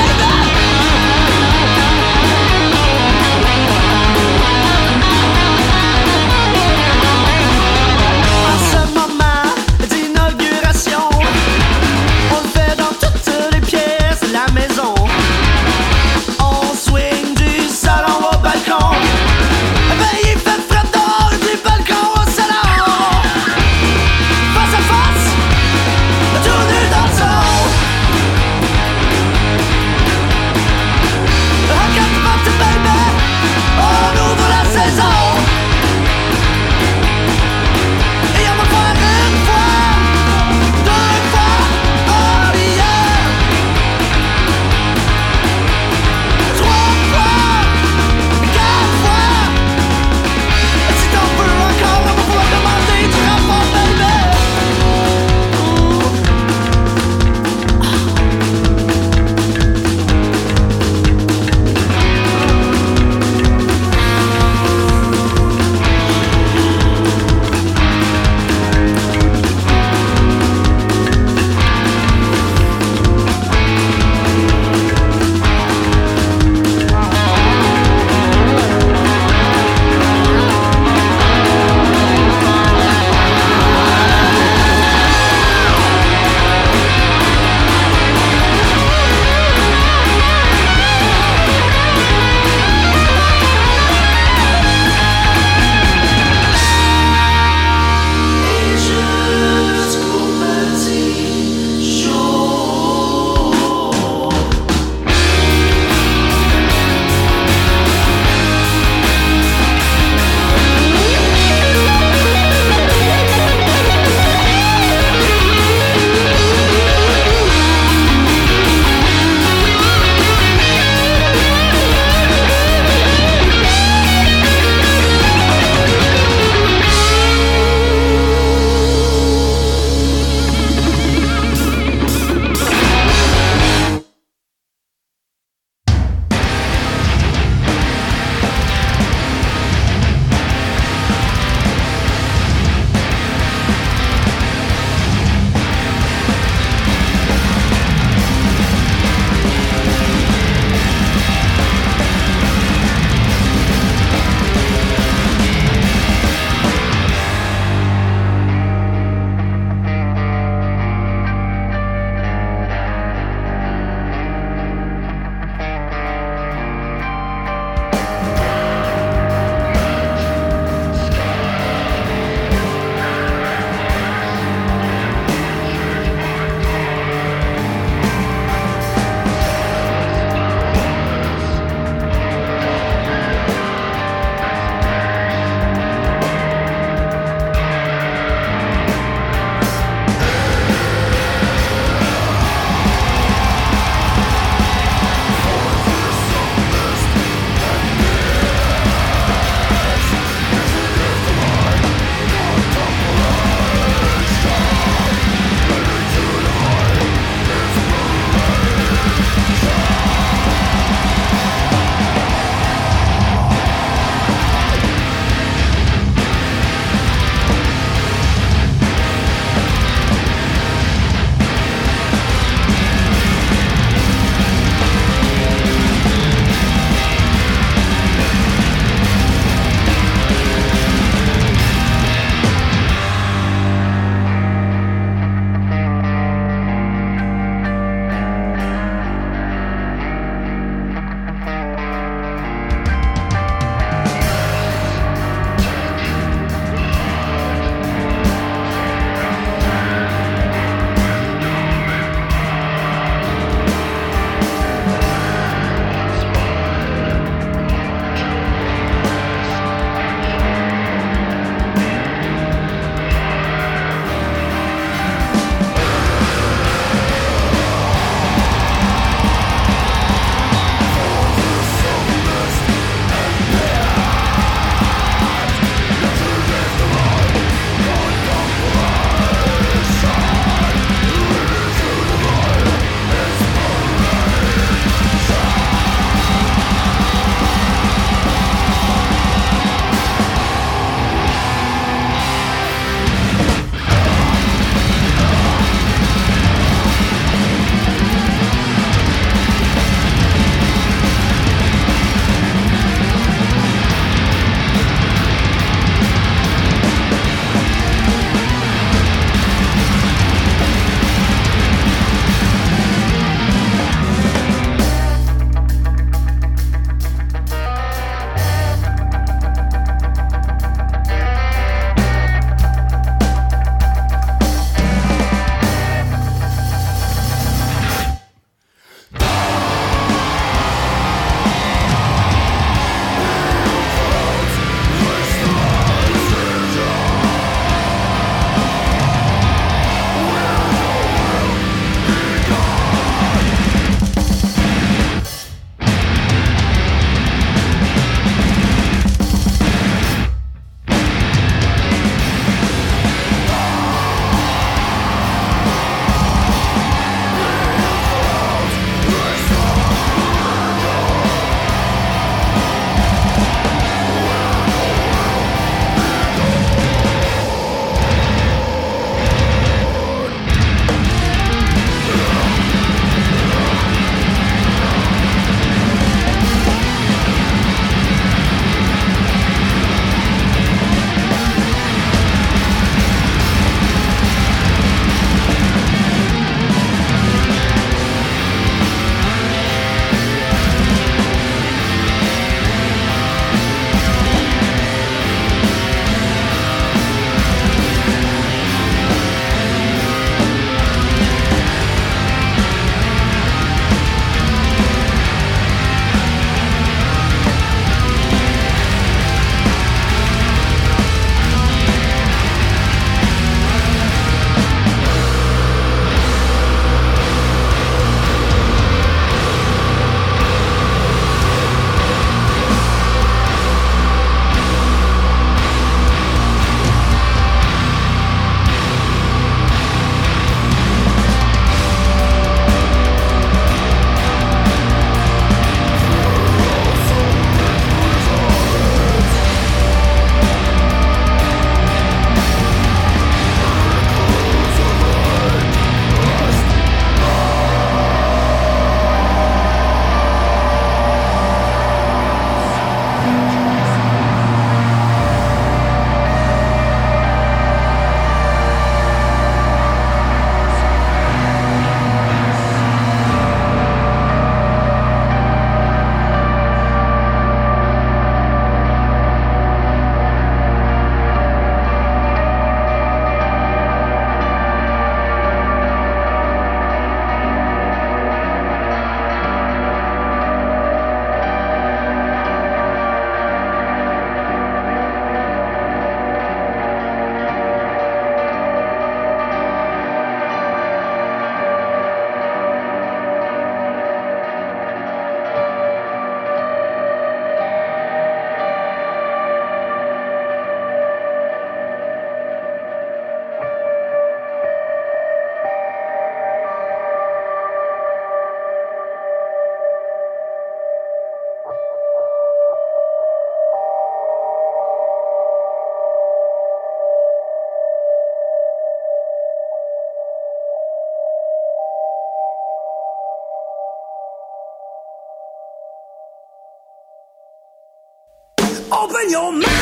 your mind.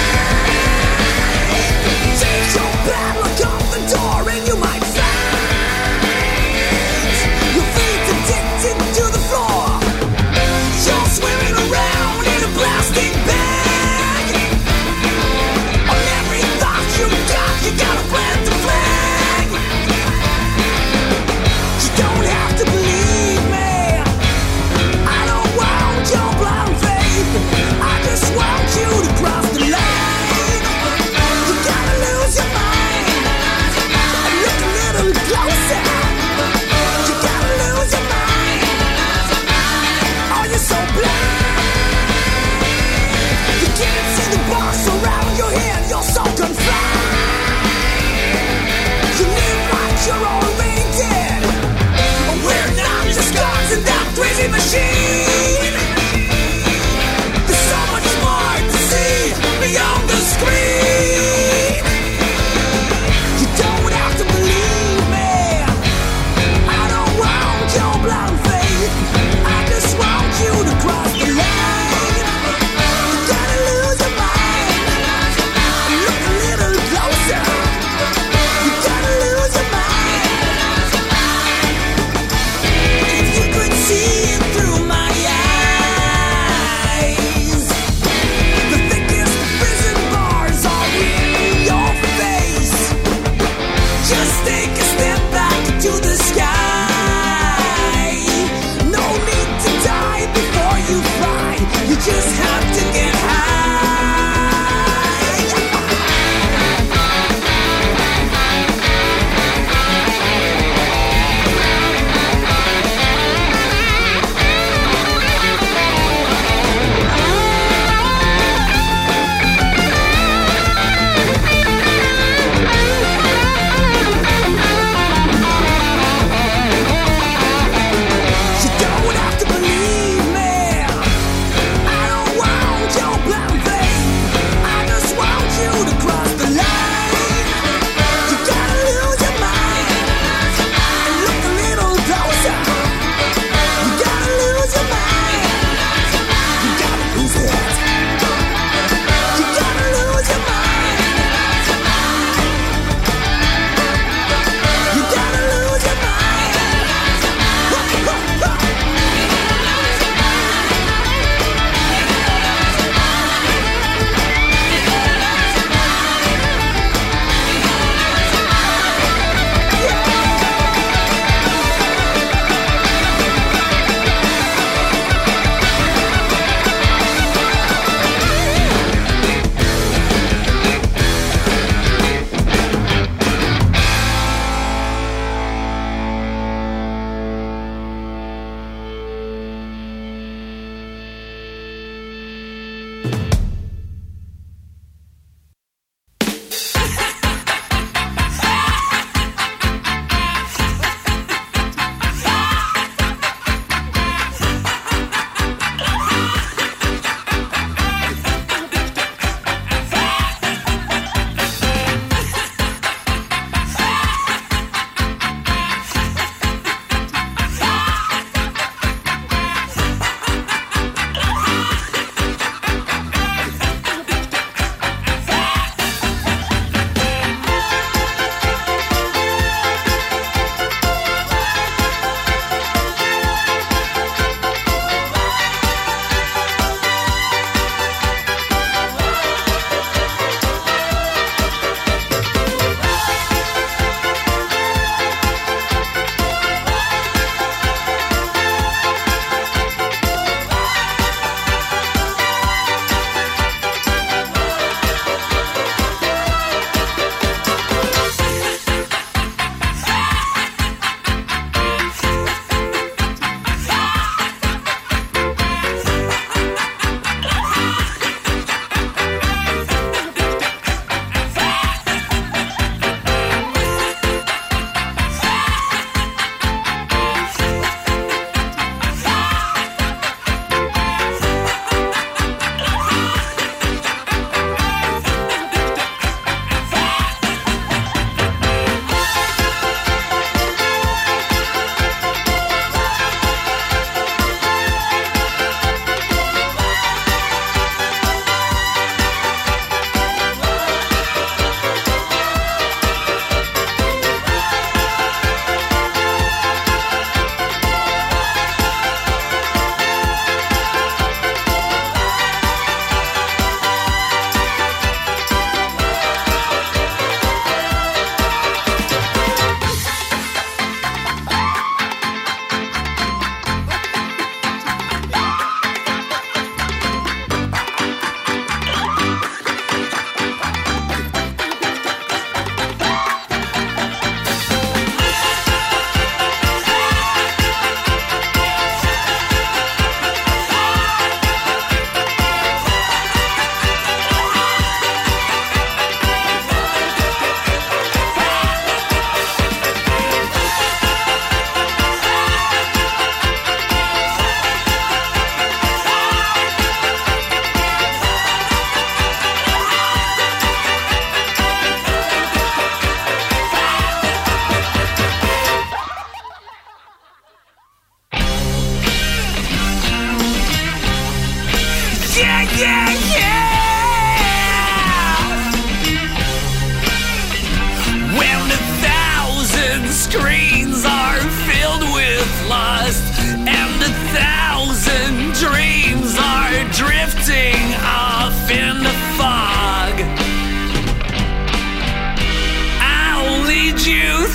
Take your bad luck off the door and you might find your feet addicted to the floor. You're swimming around in a plastic bag. On every thought you got, you gotta plant the flag. You don't have to believe me. I don't want your blind faith. I just want you to cross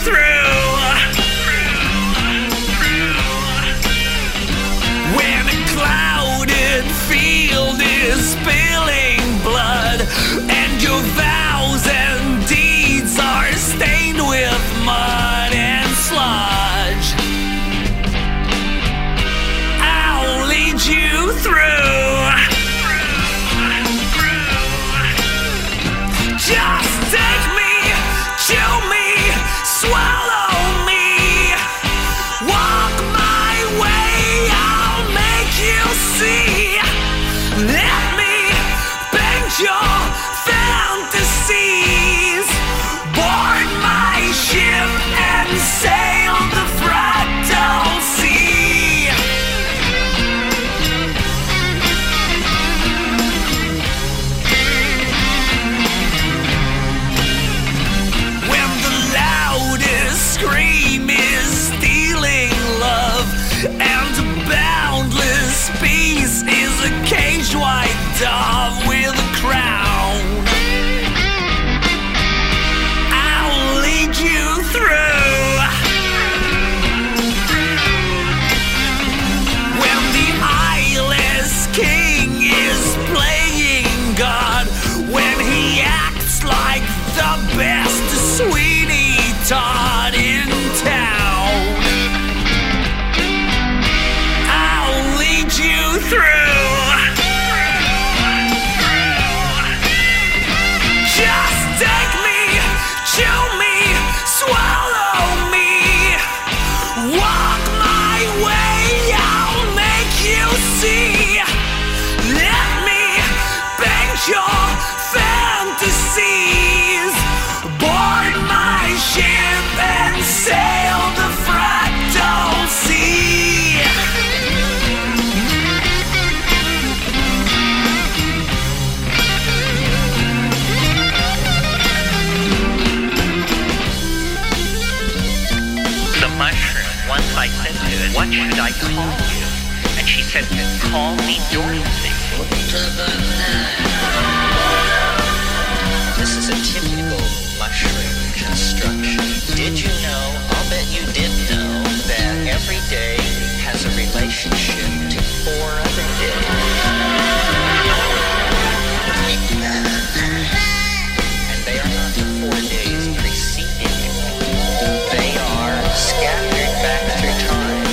through. When a clouded field is spilling blood and your vows and deeds are stained with mud and sludge, I'll lead you through. Just take me, chew me, swallow me, walk my way, I'll make you see. Let me paint your fantasies, board my ship and sail the fractal sea. When the loudest scream is stealing love and a boundless peace is a caged white dove with a crown, I'll lead you through. When the eyeless king is playing God, when he acts like the best Sweeney Todd in town, I'll lead you through. Just take me, chew me, swallow me, walk my way, I'll make you see. Let me paint your fantasies, board my ship and sail the fractal sea. The mushroom, once I said to it, what should I call you? And she said, call me Dorothy. This is a typical mushroom construction. Did you know, I'll bet you did know, that every day has a relationship to four other days. And they are not the four days preceding it. They are scattered back through time.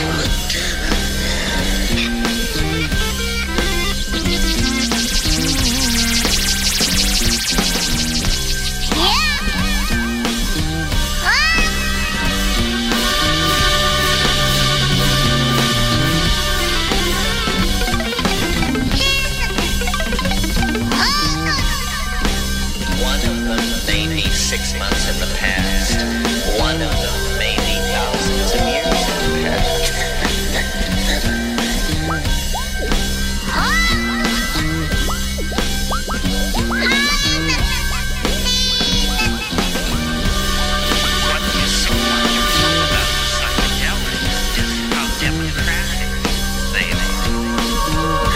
One of them may be six months in the past. One of them may be thousands of years in the past. What is so wonderful about psychedelics is how democratic they are.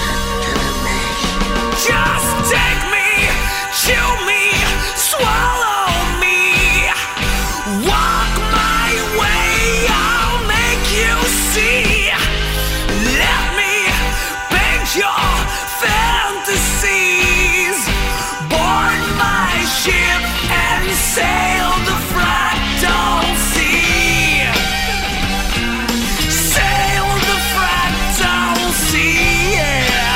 Just take me, chew me, swallow me, walk my way, I'll make you see. Let me paint your fantasies, board my ship and sail the fractal sea. Sail the fractal sea, yeah.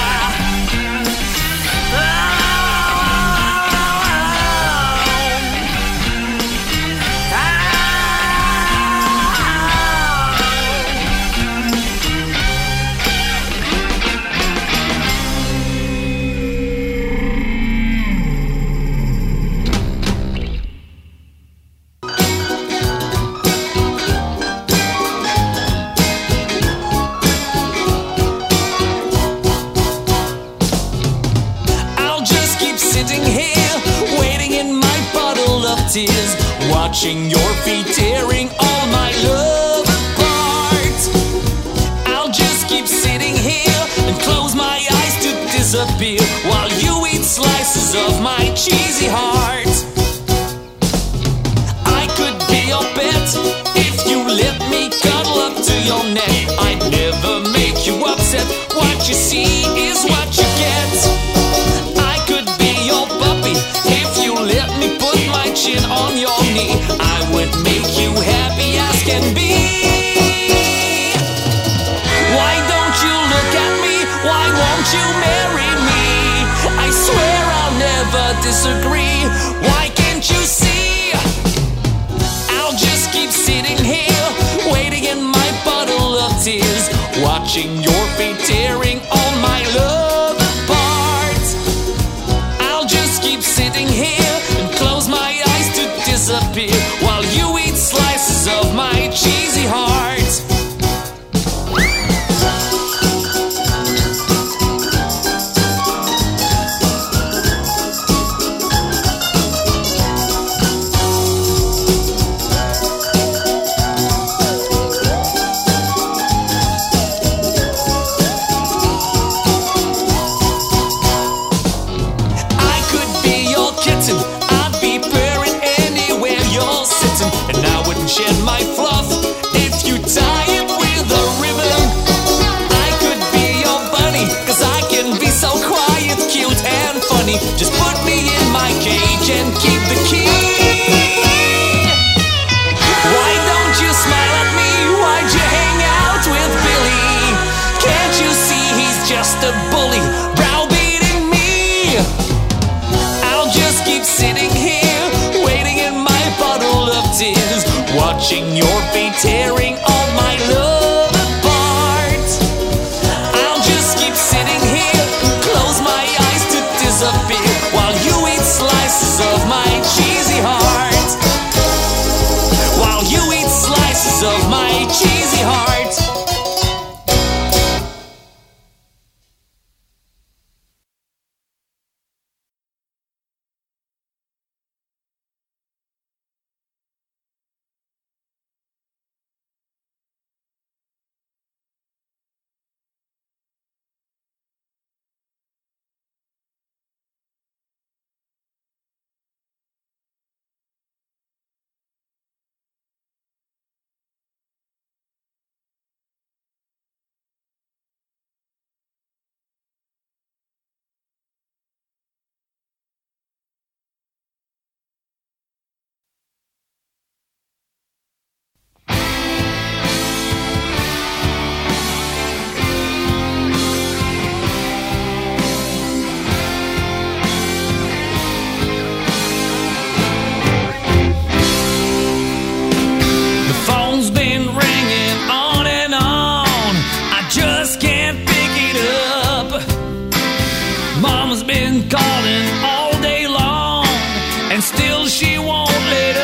I'll just keep sitting here, waiting in my puddle of tears, watching your feet tearing all my love apart. I'll just keep sitting here and close my eyes to disappear while you eat slices of my cheesy heart. I could be your pet me cuddle up to your neck. I'd never make you upset. What you see is what you get. I could be your puppy if you let me put my chin on your knee. I would make you happy as can be. Why don't you look at me? Why won't you marry me? I swear I'll never disagree. Why can't you see? I'll just keep sitting here, waiting in my puddle of tears, watching your fate tearing on my love apart. I'll just keep sitting here and close my eyes to disappear while you eat slices of my cheesy heart. Shed my fluff if you tie it with a ribbon. I could be your bunny, cause I can be so quiet, cute and funny. Just put me in my cage and keep the key. Why don't you smile at me? Why'd you hang out with Billy? Can't you see he's just a bully, browbeating me? I'll just keep sitting here, waiting in my puddle of tears, watching your fate tearing all my love apart. I'll just keep sitting here, close my eyes to disappear while you eat slices of my cheesy heart. While you eat slices of my cheesy heart. Calling all day long, and still she won't let